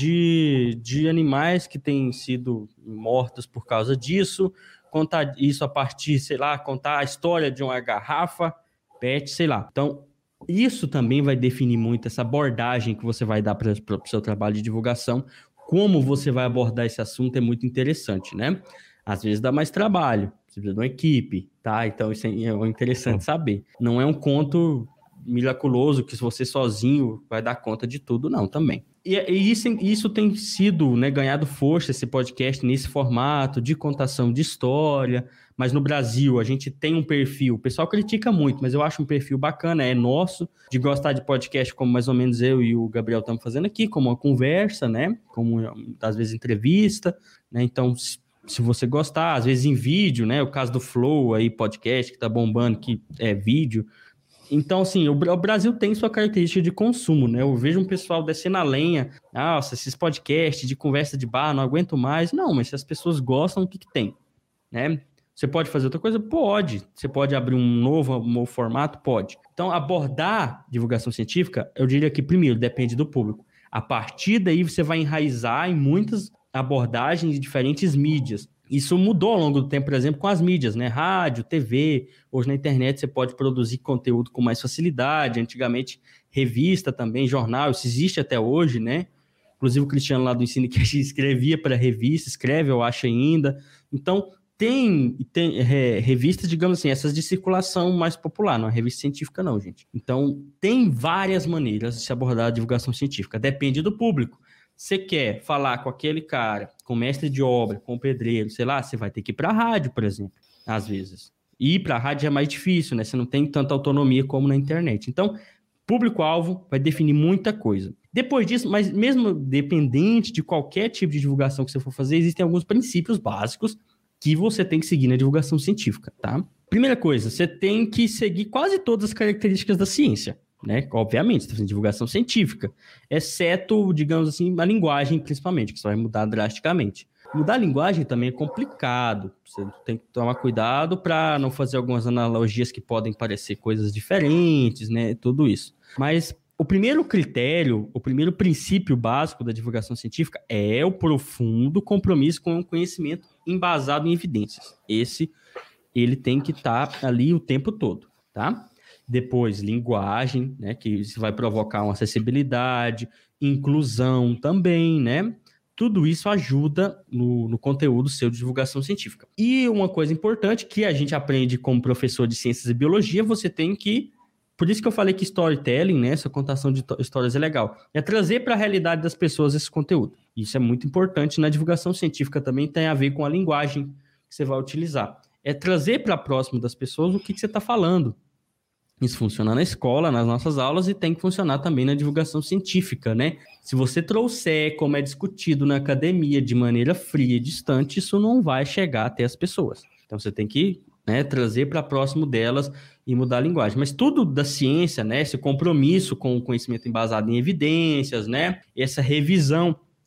de, de animais que têm sido mortos por causa disso, contar isso a partir, sei lá, contar a história de uma garrafa P E T, sei lá. Então, isso também vai definir muito essa abordagem que você vai dar para o seu trabalho de divulgação. Como você vai abordar esse assunto é muito interessante, né? Às vezes dá mais trabalho, você precisa de uma equipe, tá? Então isso é interessante saber. Não é um conto miraculoso que você sozinho vai dar conta de tudo, não, também. E, e isso, isso tem sido, né, ganhado força, esse podcast, nesse formato de contação de história, mas no Brasil a gente tem um perfil, o pessoal critica muito, mas eu acho um perfil bacana, é nosso, de gostar de podcast como mais ou menos eu e o Gabriel estamos fazendo aqui, como uma conversa, né, como às vezes entrevista, né, então se, se você gostar, às vezes em vídeo, né, o caso do Flow aí, podcast que tá bombando, que é vídeo. Então, assim, o Brasil tem sua característica de consumo, né? Eu vejo um pessoal descendo a lenha, nossa, esses podcasts de conversa de bar, não aguento mais. Não, mas se as pessoas gostam, o que que tem? Né? Você pode fazer outra coisa? Pode. Você pode abrir um novo, um novo formato? Pode. Então, abordar divulgação científica, eu diria que, primeiro, depende do público. A partir daí, você vai enraizar em muitas abordagens de diferentes mídias. Isso mudou ao longo do tempo, por exemplo, com as mídias, né? Rádio, T V, hoje na internet você pode produzir conteúdo com mais facilidade, antigamente revista também, jornal, isso existe até hoje, né? Inclusive o Cristiano lá do Ensino que escrevia para revista, escreve, eu acho ainda. Então, tem, tem é, revistas, digamos assim, essas de circulação mais popular, não é revista científica não, gente. Então, tem várias maneiras de se abordar a divulgação científica, depende do público. Você quer falar com aquele cara, com mestre de obra, com pedreiro, sei lá, você vai ter que ir para a rádio, por exemplo, às vezes. E ir para a rádio é mais difícil, né? Você não tem tanta autonomia como na internet. Então, público-alvo vai definir muita coisa. Depois disso, mas mesmo dependente de qualquer tipo de divulgação que você for fazer, existem alguns princípios básicos que você tem que seguir na divulgação científica, tá? Primeira coisa, você tem que seguir quase todas as características da ciência. Né? Obviamente, você está fazendo divulgação científica, exceto, digamos assim, a linguagem, principalmente, que isso vai mudar drasticamente. Mudar a linguagem também é complicado, você tem que tomar cuidado para não fazer algumas analogias que podem parecer coisas diferentes, né? Tudo isso. Mas o primeiro critério, o primeiro princípio básico da divulgação científica é o profundo compromisso com o conhecimento embasado em evidências. Esse, ele tem que estar ali o tempo todo, tá? Depois, linguagem, né, que isso vai provocar uma acessibilidade, inclusão também, né? Tudo isso ajuda no, no conteúdo seu de divulgação científica. E uma coisa importante que a gente aprende como professor de ciências e biologia, você tem que... Por isso que eu falei que storytelling, né, essa contação de histórias é legal. É trazer para a realidade das pessoas esse conteúdo. Isso é muito importante na divulgação científica também, tem a ver com a linguagem que você vai utilizar. É trazer para próximo das pessoas o que, que você está falando. Isso funciona na escola, nas nossas aulas, e tem que funcionar também na divulgação científica, né? Se você trouxer como é discutido na academia de maneira fria e distante, isso não vai chegar até as pessoas. Então você tem que, né, trazer para próximo delas e mudar a linguagem. Mas tudo da ciência, né, esse compromisso com o conhecimento embasado em evidências, né, essa revisão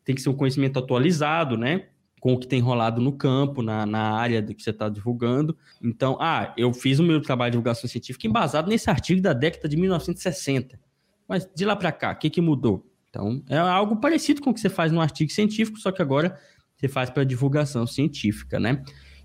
tem que ser um conhecimento atualizado, né? Com o que tem rolado no campo, na, na área do que você está divulgando. Então, ah, eu fiz o meu trabalho de divulgação científica embasado nesse artigo da década de mil novecentos e sessenta. Mas de lá para cá, o que, que mudou? Então, é algo parecido com o que você faz no artigo científico, só que agora você faz para divulgação científica, né?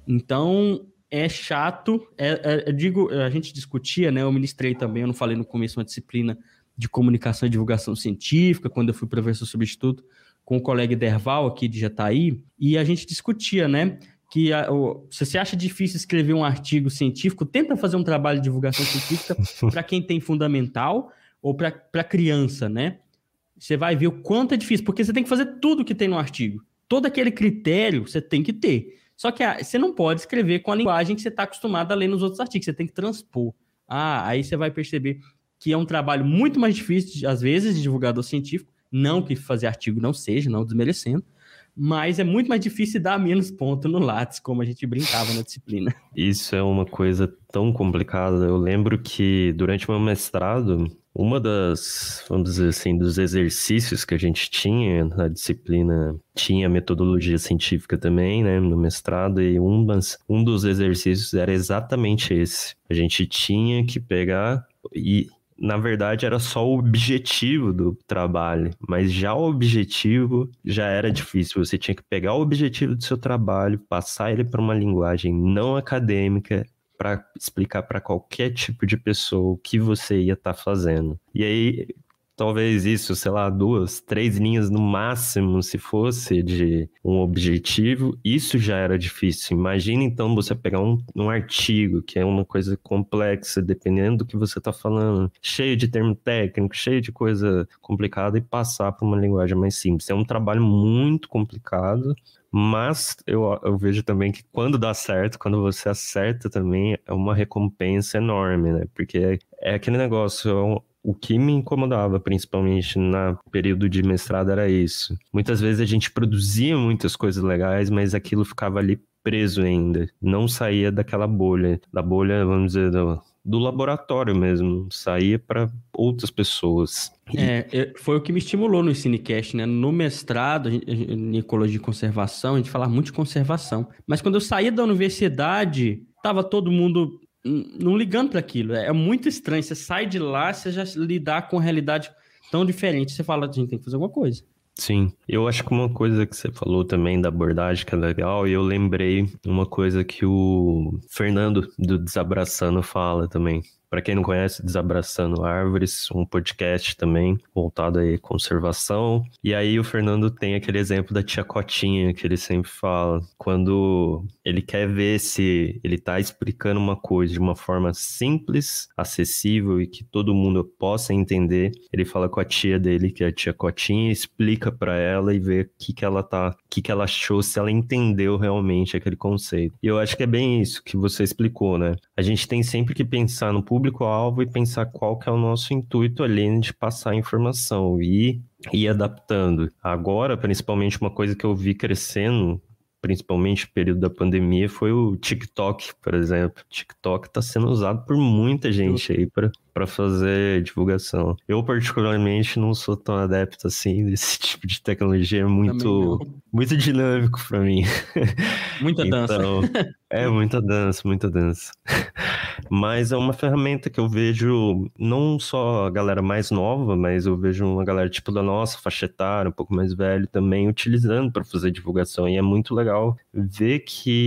Então, é chato. É, é, eu digo, a gente discutia, né? Eu ministrei também, eu não falei no começo, uma disciplina de comunicação e divulgação científica, quando eu fui professor substituto, com o colega Derval aqui de Jataí, e a gente discutia, né? Que a, o, se você acha difícil escrever um artigo científico, tenta fazer um trabalho de divulgação científica para quem tem fundamental ou para criança, né? Você vai ver o quanto é difícil, porque você tem que fazer tudo que tem no artigo. Todo aquele critério você tem que ter. Só que a, você não pode escrever com a linguagem que você está acostumado a ler nos outros artigos. Você tem que transpor. Ah, aí você vai perceber que é um trabalho muito mais difícil, às vezes, de divulgador científico. Não que fazer artigo não seja, não desmerecendo. Mas é muito mais difícil dar menos ponto no Lattes, como a gente brincava na disciplina. Isso é uma coisa tão complicada. Eu lembro que durante o meu mestrado, uma das, vamos dizer assim, dos exercícios que a gente tinha na disciplina, tinha metodologia científica também, né, no mestrado, e um, das, um dos exercícios era exatamente esse. A gente tinha que pegar e... Na verdade, era só o objetivo do trabalho, mas já o objetivo já era difícil. Você tinha que pegar o objetivo do seu trabalho, passar ele para uma linguagem não acadêmica, para explicar para qualquer tipo de pessoa o que você ia estar tá fazendo. E aí, talvez isso, sei lá, duas, três linhas no máximo, se fosse de um objetivo, isso já era difícil. Imagina, então, você pegar um, um artigo, que é uma coisa complexa, dependendo do que você está falando, cheio de termo técnico, cheio de coisa complicada, e passar para uma linguagem mais simples. É um trabalho muito complicado, mas eu, eu vejo também que quando dá certo, quando você acerta também, é uma recompensa enorme, né? Porque é, é aquele negócio... É um, O que me incomodava, principalmente no período de mestrado, era isso. Muitas vezes a gente produzia muitas coisas legais, mas aquilo ficava ali preso ainda. Não saía daquela bolha, da bolha, vamos dizer, do, do laboratório mesmo. Saía para outras pessoas. É, foi o que me estimulou no Ensinecast, né? No mestrado, em ecologia e conservação, a gente falava muito de conservação. Mas quando eu saía da universidade, tava todo mundo... não ligando para aquilo, é muito estranho, você sai de lá, você já lidar com uma realidade tão diferente, você fala, a gente tem que fazer alguma coisa. Sim, eu acho que uma coisa que você falou também da abordagem que é legal, e eu lembrei uma coisa que o Fernando do Desabraçando fala também. Para quem não conhece, Desabraçando Árvores, um podcast também voltado aí à conservação. E aí o Fernando tem aquele exemplo da tia Cotinha que ele sempre fala. Quando ele quer ver se ele está explicando uma coisa de uma forma simples, acessível e que todo mundo possa entender, ele fala com a tia dele, que é a tia Cotinha, explica para ela e vê o que, que ela tá, o que, que ela achou, se ela entendeu realmente aquele conceito. E eu acho que é bem isso que você explicou, né? A gente tem sempre que pensar no público público-alvo e pensar qual que é o nosso intuito ali de passar a informação e ir adaptando. Agora, principalmente, uma coisa que eu vi crescendo, principalmente no período da pandemia, foi o TikTok, por exemplo. O TikTok está sendo usado por muita gente aí para fazer divulgação. Eu, particularmente, não sou tão adepto assim desse tipo de tecnologia, é muito, muito dinâmico para mim. Muita dança. Então, é muita dança, muita dança. Mas é uma ferramenta que eu vejo não só a galera mais nova, mas eu vejo uma galera tipo da nossa faixa etária, um pouco mais velho também, utilizando para fazer divulgação. E é muito legal ver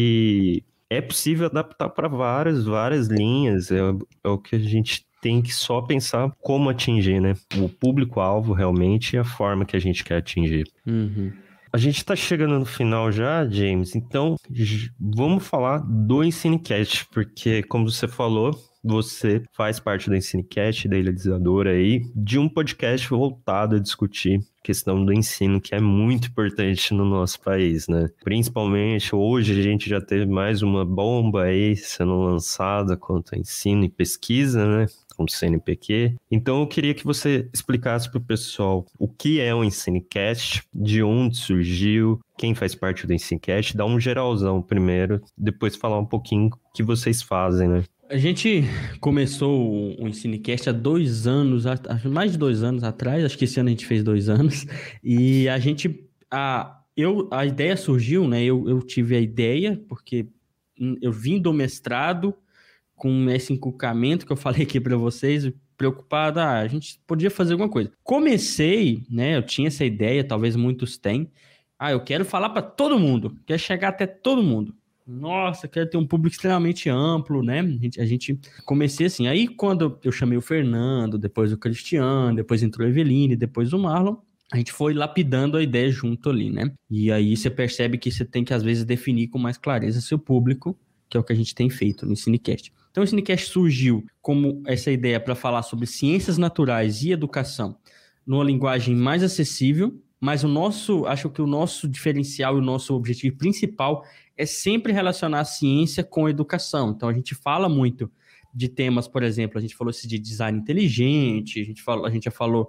que é possível adaptar para várias, várias linhas. É, é o que a gente tem que só pensar como atingir, né? O público-alvo realmente e a forma que a gente quer atingir. Uhum. A gente está chegando no final já, James, então vamos falar do Ensinecast, porque, como você falou, você faz parte do Ensinecast, da idealizadora aí, de um podcast voltado a discutir a questão do ensino, que é muito importante no nosso país, né? Principalmente hoje a gente já teve mais uma bomba aí sendo lançada quanto a ensino e pesquisa, né? Como C N P Q. Então eu queria que você explicasse para o pessoal o que é o Ensinecast, de onde surgiu, quem faz parte do Ensinecast, dá um geralzão primeiro, depois falar um pouquinho o que vocês fazem, né? A gente começou o Ensinecast há dois anos, mais de dois anos atrás, acho que esse ano a gente fez dois anos, e a gente a, eu, a ideia surgiu, né? Eu, eu tive a ideia, porque eu vim do mestrado com esse encucamento que eu falei aqui para vocês, preocupado, ah, a gente podia fazer alguma coisa. Comecei, né? Eu tinha essa ideia, talvez muitos têm. Ah, eu quero falar para todo mundo, quero chegar até todo mundo. Nossa, quero ter um público extremamente amplo, né? A gente, a gente comecei assim. Aí, quando eu chamei o Fernando, depois o Cristiano, depois entrou a Eveline, depois o Marlon, a gente foi lapidando a ideia junto ali, né? E aí você percebe que você tem que, às vezes, definir com mais clareza seu público, que é o que a gente tem feito no Ensinecast. Então, o Ensinecast surgiu como essa ideia para falar sobre ciências naturais e educação numa linguagem mais acessível, mas o nosso, acho que o nosso diferencial e o nosso objetivo principal é sempre relacionar a ciência com a educação. Então, a gente fala muito de temas, por exemplo, a gente falou de design inteligente, a gente, falou, a gente já falou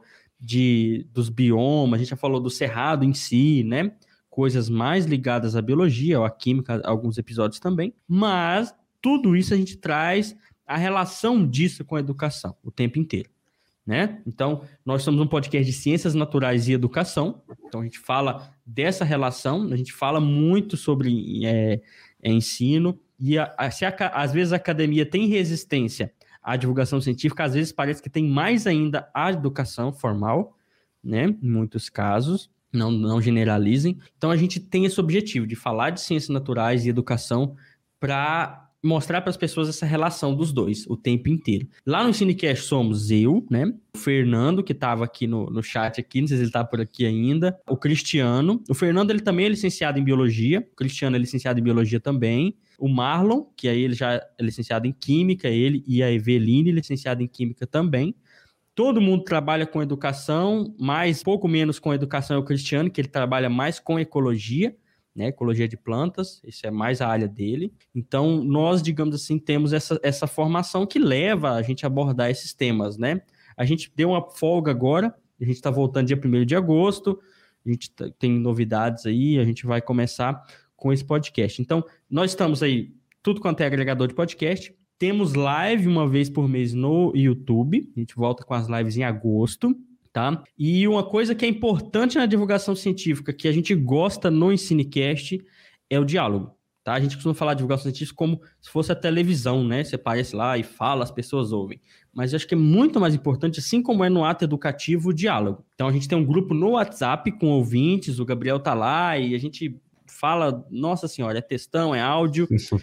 de, dos biomas, a gente já falou do cerrado em si, né? Coisas mais ligadas à biologia ou à química, alguns episódios também, mas tudo isso a gente traz a relação disso com a educação o tempo inteiro, né? Então, nós somos um podcast de ciências naturais e educação, então a gente fala dessa relação, a gente fala muito sobre é, é, ensino, e a, a, se a, às vezes a academia tem resistência à divulgação científica, às vezes parece que tem mais ainda a educação formal, né? Em muitos casos, não, não generalizem. Então, a gente tem esse objetivo de falar de ciências naturais e educação para mostrar para as pessoas essa relação dos dois o tempo inteiro. Lá no Ensinecast somos eu, né? O Fernando, que estava aqui no, no chat aqui, não sei se ele está por aqui ainda. O Cristiano. O Fernando, ele também é licenciado em Biologia. O Cristiano é licenciado em Biologia também. O Marlon, que aí ele já é licenciado em Química, ele e a Eveline, licenciada em Química também. Todo mundo trabalha com educação, mas pouco menos com educação é o Cristiano, que ele trabalha mais com ecologia, né, ecologia de plantas, isso é mais a área dele. Então, nós, digamos assim, temos essa, essa formação que leva a gente a abordar esses temas, né? A gente deu uma folga agora, a gente está voltando dia primeiro de agosto, a gente t- tem novidades aí, a gente vai começar com esse podcast. Então, nós estamos aí, tudo quanto é agregador de podcast, temos live uma vez por mês no YouTube, a gente volta com as lives em agosto, tá? E uma coisa que é importante na divulgação científica, que a gente gosta no Ensinecast, é o diálogo, tá? A gente costuma falar de divulgação científica como se fosse a televisão, né? Você aparece lá e fala, as pessoas ouvem. Mas eu acho que é muito mais importante, assim como é no ato educativo, o diálogo. Então, a gente tem um grupo no WhatsApp com ouvintes, o Gabriel tá lá e a gente fala, nossa senhora, é textão, é áudio, Isso.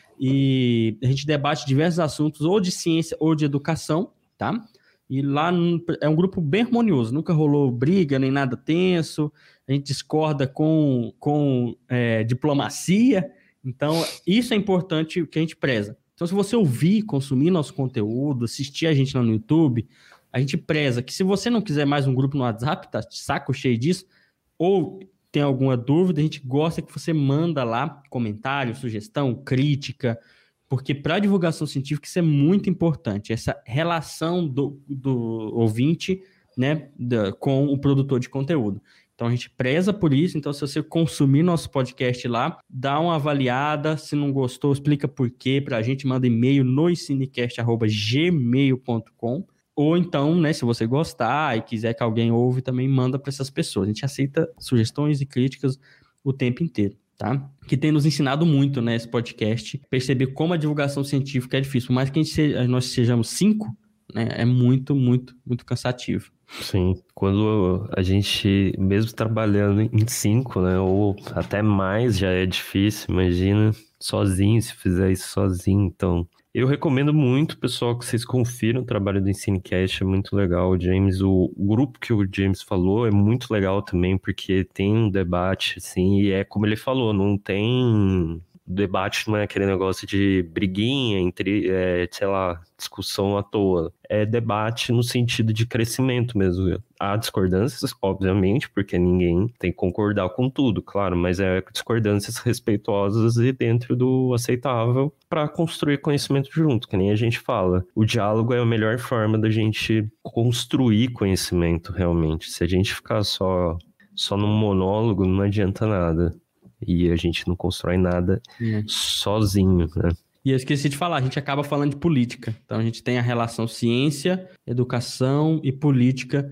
E a gente debate diversos assuntos, ou de ciência ou de educação, tá? E lá é um grupo bem harmonioso, nunca rolou briga, nem nada tenso, a gente discorda com, com é, diplomacia, então isso é importante que a gente preza. Então, se você ouvir, consumir nosso conteúdo, assistir a gente lá no YouTube, a gente preza que se você não quiser mais um grupo no WhatsApp, tá saco cheio disso, ou tem alguma dúvida, a gente gosta que você manda lá comentário, sugestão, crítica, porque para a divulgação científica isso é muito importante, essa relação do, do ouvinte, né, da, com o produtor de conteúdo. Então a gente preza por isso, então se você consumir nosso podcast lá, dá uma avaliada, se não gostou, explica por quê, para a gente, manda e-mail no ensinecast arroba gmail ponto com, ou então, né, se você gostar e quiser que alguém ouve, também manda para essas pessoas. A gente aceita sugestões e críticas o tempo inteiro, tá? Que tem nos ensinado muito, né, esse podcast, perceber como a divulgação científica é difícil. Por mais que a gente seja, nós sejamos cinco, né, é muito, muito, muito cansativo. Sim, quando a gente, mesmo trabalhando em cinco, né, ou até mais, já é difícil, imagina, sozinho, se fizer isso sozinho, então... Eu recomendo muito, pessoal, que vocês confiram o trabalho do Ensinecast, é muito legal. O James, o, o grupo que o James falou é muito legal também, porque tem um debate, assim, e é como ele falou, não tem... debate não é aquele negócio de briguinha entre, é, sei lá, discussão à toa. É debate no sentido de crescimento mesmo. Há discordâncias, obviamente, porque ninguém tem que concordar com tudo, claro, mas é discordâncias respeitosas e dentro do aceitável para construir conhecimento junto, que nem a gente fala. O diálogo é a melhor forma da gente construir conhecimento, realmente. Se a gente ficar só, só num monólogo, não adianta nada. E a gente não constrói nada é. sozinho, né? E eu esqueci de falar, a gente acaba falando de política. Então a gente tem a relação ciência, educação e política,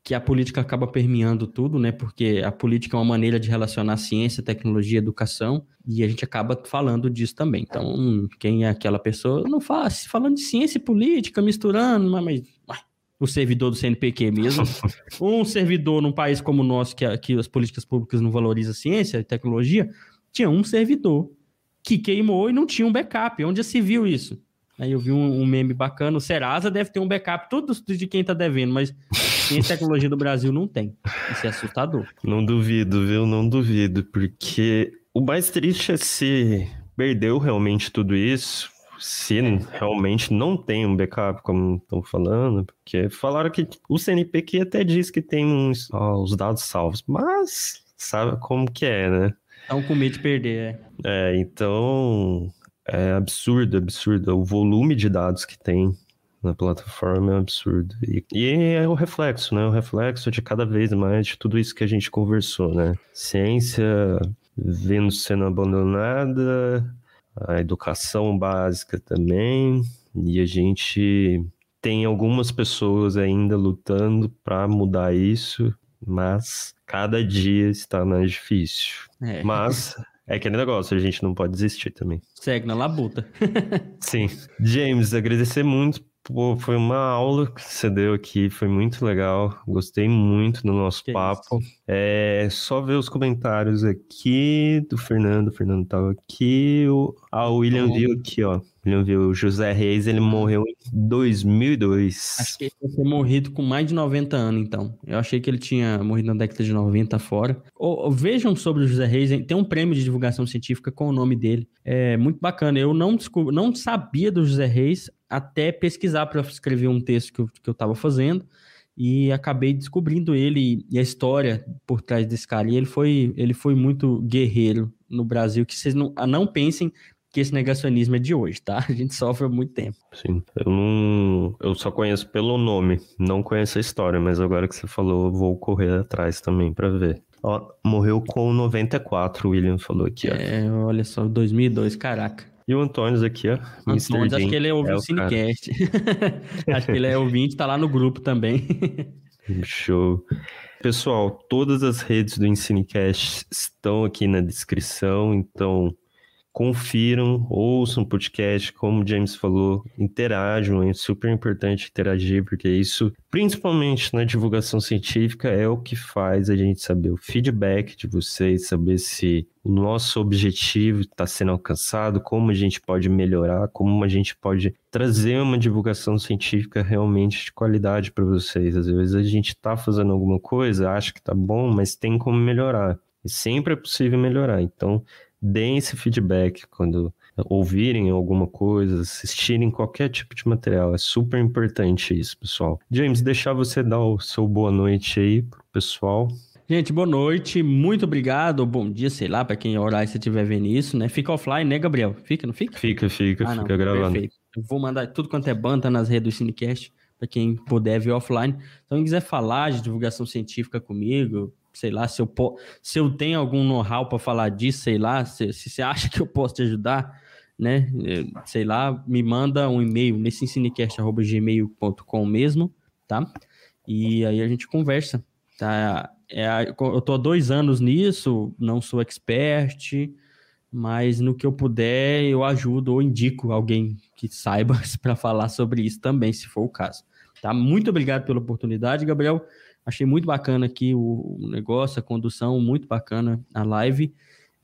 que a política acaba permeando tudo, né? Porque a política é uma maneira de relacionar ciência, tecnologia, educação, e a gente acaba falando disso também. Então, quem é aquela pessoa, não faz, falando de ciência e política, misturando, mas... mas o servidor do C N P Q mesmo. Um servidor num país como o nosso, que, que as políticas públicas não valorizam ciência e tecnologia, tinha um servidor que queimou e não tinha um backup. Onde já se viu isso? Aí eu vi um, um meme bacana, o Serasa deve ter um backup, tudo de quem tá devendo, mas ciência e tecnologia do Brasil não tem. Isso é assustador. Não duvido, viu? Não duvido, porque o mais triste é se perdeu realmente tudo isso, se realmente não tem um backup, como estão falando, porque falaram que o C N P Q até diz que tem uns, ó, os dados salvos, mas sabe como que é, né? Estão com medo de perder, é. É, então é absurdo, absurdo. O volume de dados que tem na plataforma é absurdo. E, e é o reflexo, né? O reflexo de cada vez mais de tudo isso que a gente conversou, né? Ciência vindo sendo abandonada, a educação básica também, e a gente tem algumas pessoas ainda lutando para mudar isso, mas cada dia está mais difícil. É. Mas é aquele negócio, a gente não pode desistir também. Segue na labuta. Sim. James, agradecer muito. Pô, foi uma aula que você deu aqui, foi muito legal, gostei muito do nosso que papo. É só ver os comentários aqui do Fernando, o Fernando tava aqui, o ah, o William Bom. viu aqui, ó. William viu o José Reis, ele morreu em dois mil e dois. Acho que ele tinha morrido com mais de noventa anos, então. Eu achei que ele tinha morrido na década de noventa fora. Ou, ou, vejam sobre o José Reis, tem um prêmio de divulgação científica com o nome dele. É muito bacana. Eu não, descobri, não sabia do José Reis até pesquisar para escrever um texto que eu, que eu tava fazendo. E acabei descobrindo ele e a história por trás desse cara. E ele foi, ele foi muito guerreiro no Brasil, que vocês não, não pensem que esse negacionismo é de hoje, tá? A gente sofre há muito tempo. Sim, eu não... Eu só conheço pelo nome, não conheço a história, mas agora que você falou, eu vou correr atrás também pra ver. Ó, morreu com noventa e quatro, o William falou aqui, ó. É, olha só, dois mil e dois, caraca. E o Antônio aqui, ó. Antônio, acho que ele é ouve é o Cinecast. Acho que ele é ouvinte, tá lá no grupo também. Show. Pessoal, todas as redes do Ensinecast estão aqui na descrição, então confiram, ouçam o podcast, como o James falou, interajam, é super importante interagir, porque isso, principalmente na divulgação científica, é o que faz a gente saber o feedback de vocês, saber se o nosso objetivo está sendo alcançado, como a gente pode melhorar, como a gente pode trazer uma divulgação científica realmente de qualidade para vocês. Às vezes a gente está fazendo alguma coisa, acha que está bom, mas tem como melhorar. E sempre é possível melhorar, então deem esse feedback quando ouvirem alguma coisa, assistirem qualquer tipo de material. É super importante isso, pessoal. James, deixar você dar o seu boa noite aí pro pessoal. Gente, boa noite, muito obrigado, bom dia, sei lá, para quem horário você estiver vendo isso, né? Fica offline, né, Gabriel? Fica, não fica? Fica, fica, ah, fica não, gravando. Perfeito. Eu vou mandar tudo quanto é banda nas redes do Cinecast, para quem puder ver offline. Então, quem quiser falar de divulgação científica comigo, sei lá, se eu, po- se eu tenho algum know-how para falar disso, sei lá, se, se você acha que eu posso te ajudar, né, sei lá, me manda um e-mail nesse ensinecast arroba gmail ponto com mesmo, tá? E aí a gente conversa, tá? É, eu tô há dois anos nisso, não sou expert, mas no que eu puder eu ajudo ou indico alguém que saiba para falar sobre isso também, se for o caso, tá? Muito obrigado pela oportunidade, Gabriel. Achei muito bacana aqui o negócio, a condução, muito bacana a live.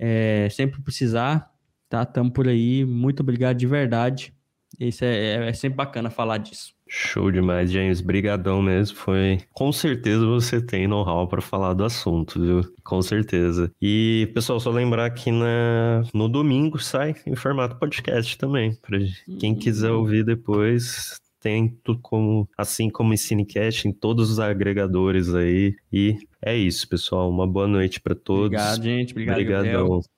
É, sempre precisar, tá? Estamos por aí. Muito obrigado de verdade. Isso é, é sempre bacana falar disso. Show demais, James. Brigadão mesmo. Foi... Com certeza você tem know-how para falar do assunto, viu? Com certeza. E, pessoal, só lembrar que na... no domingo sai em formato podcast também. Para quem quiser ouvir depois... Tem tudo como, assim como o Cinecast, em todos os agregadores aí. E é isso, pessoal. Uma boa noite para todos. Obrigado, gente. Obrigado, Obrigadão.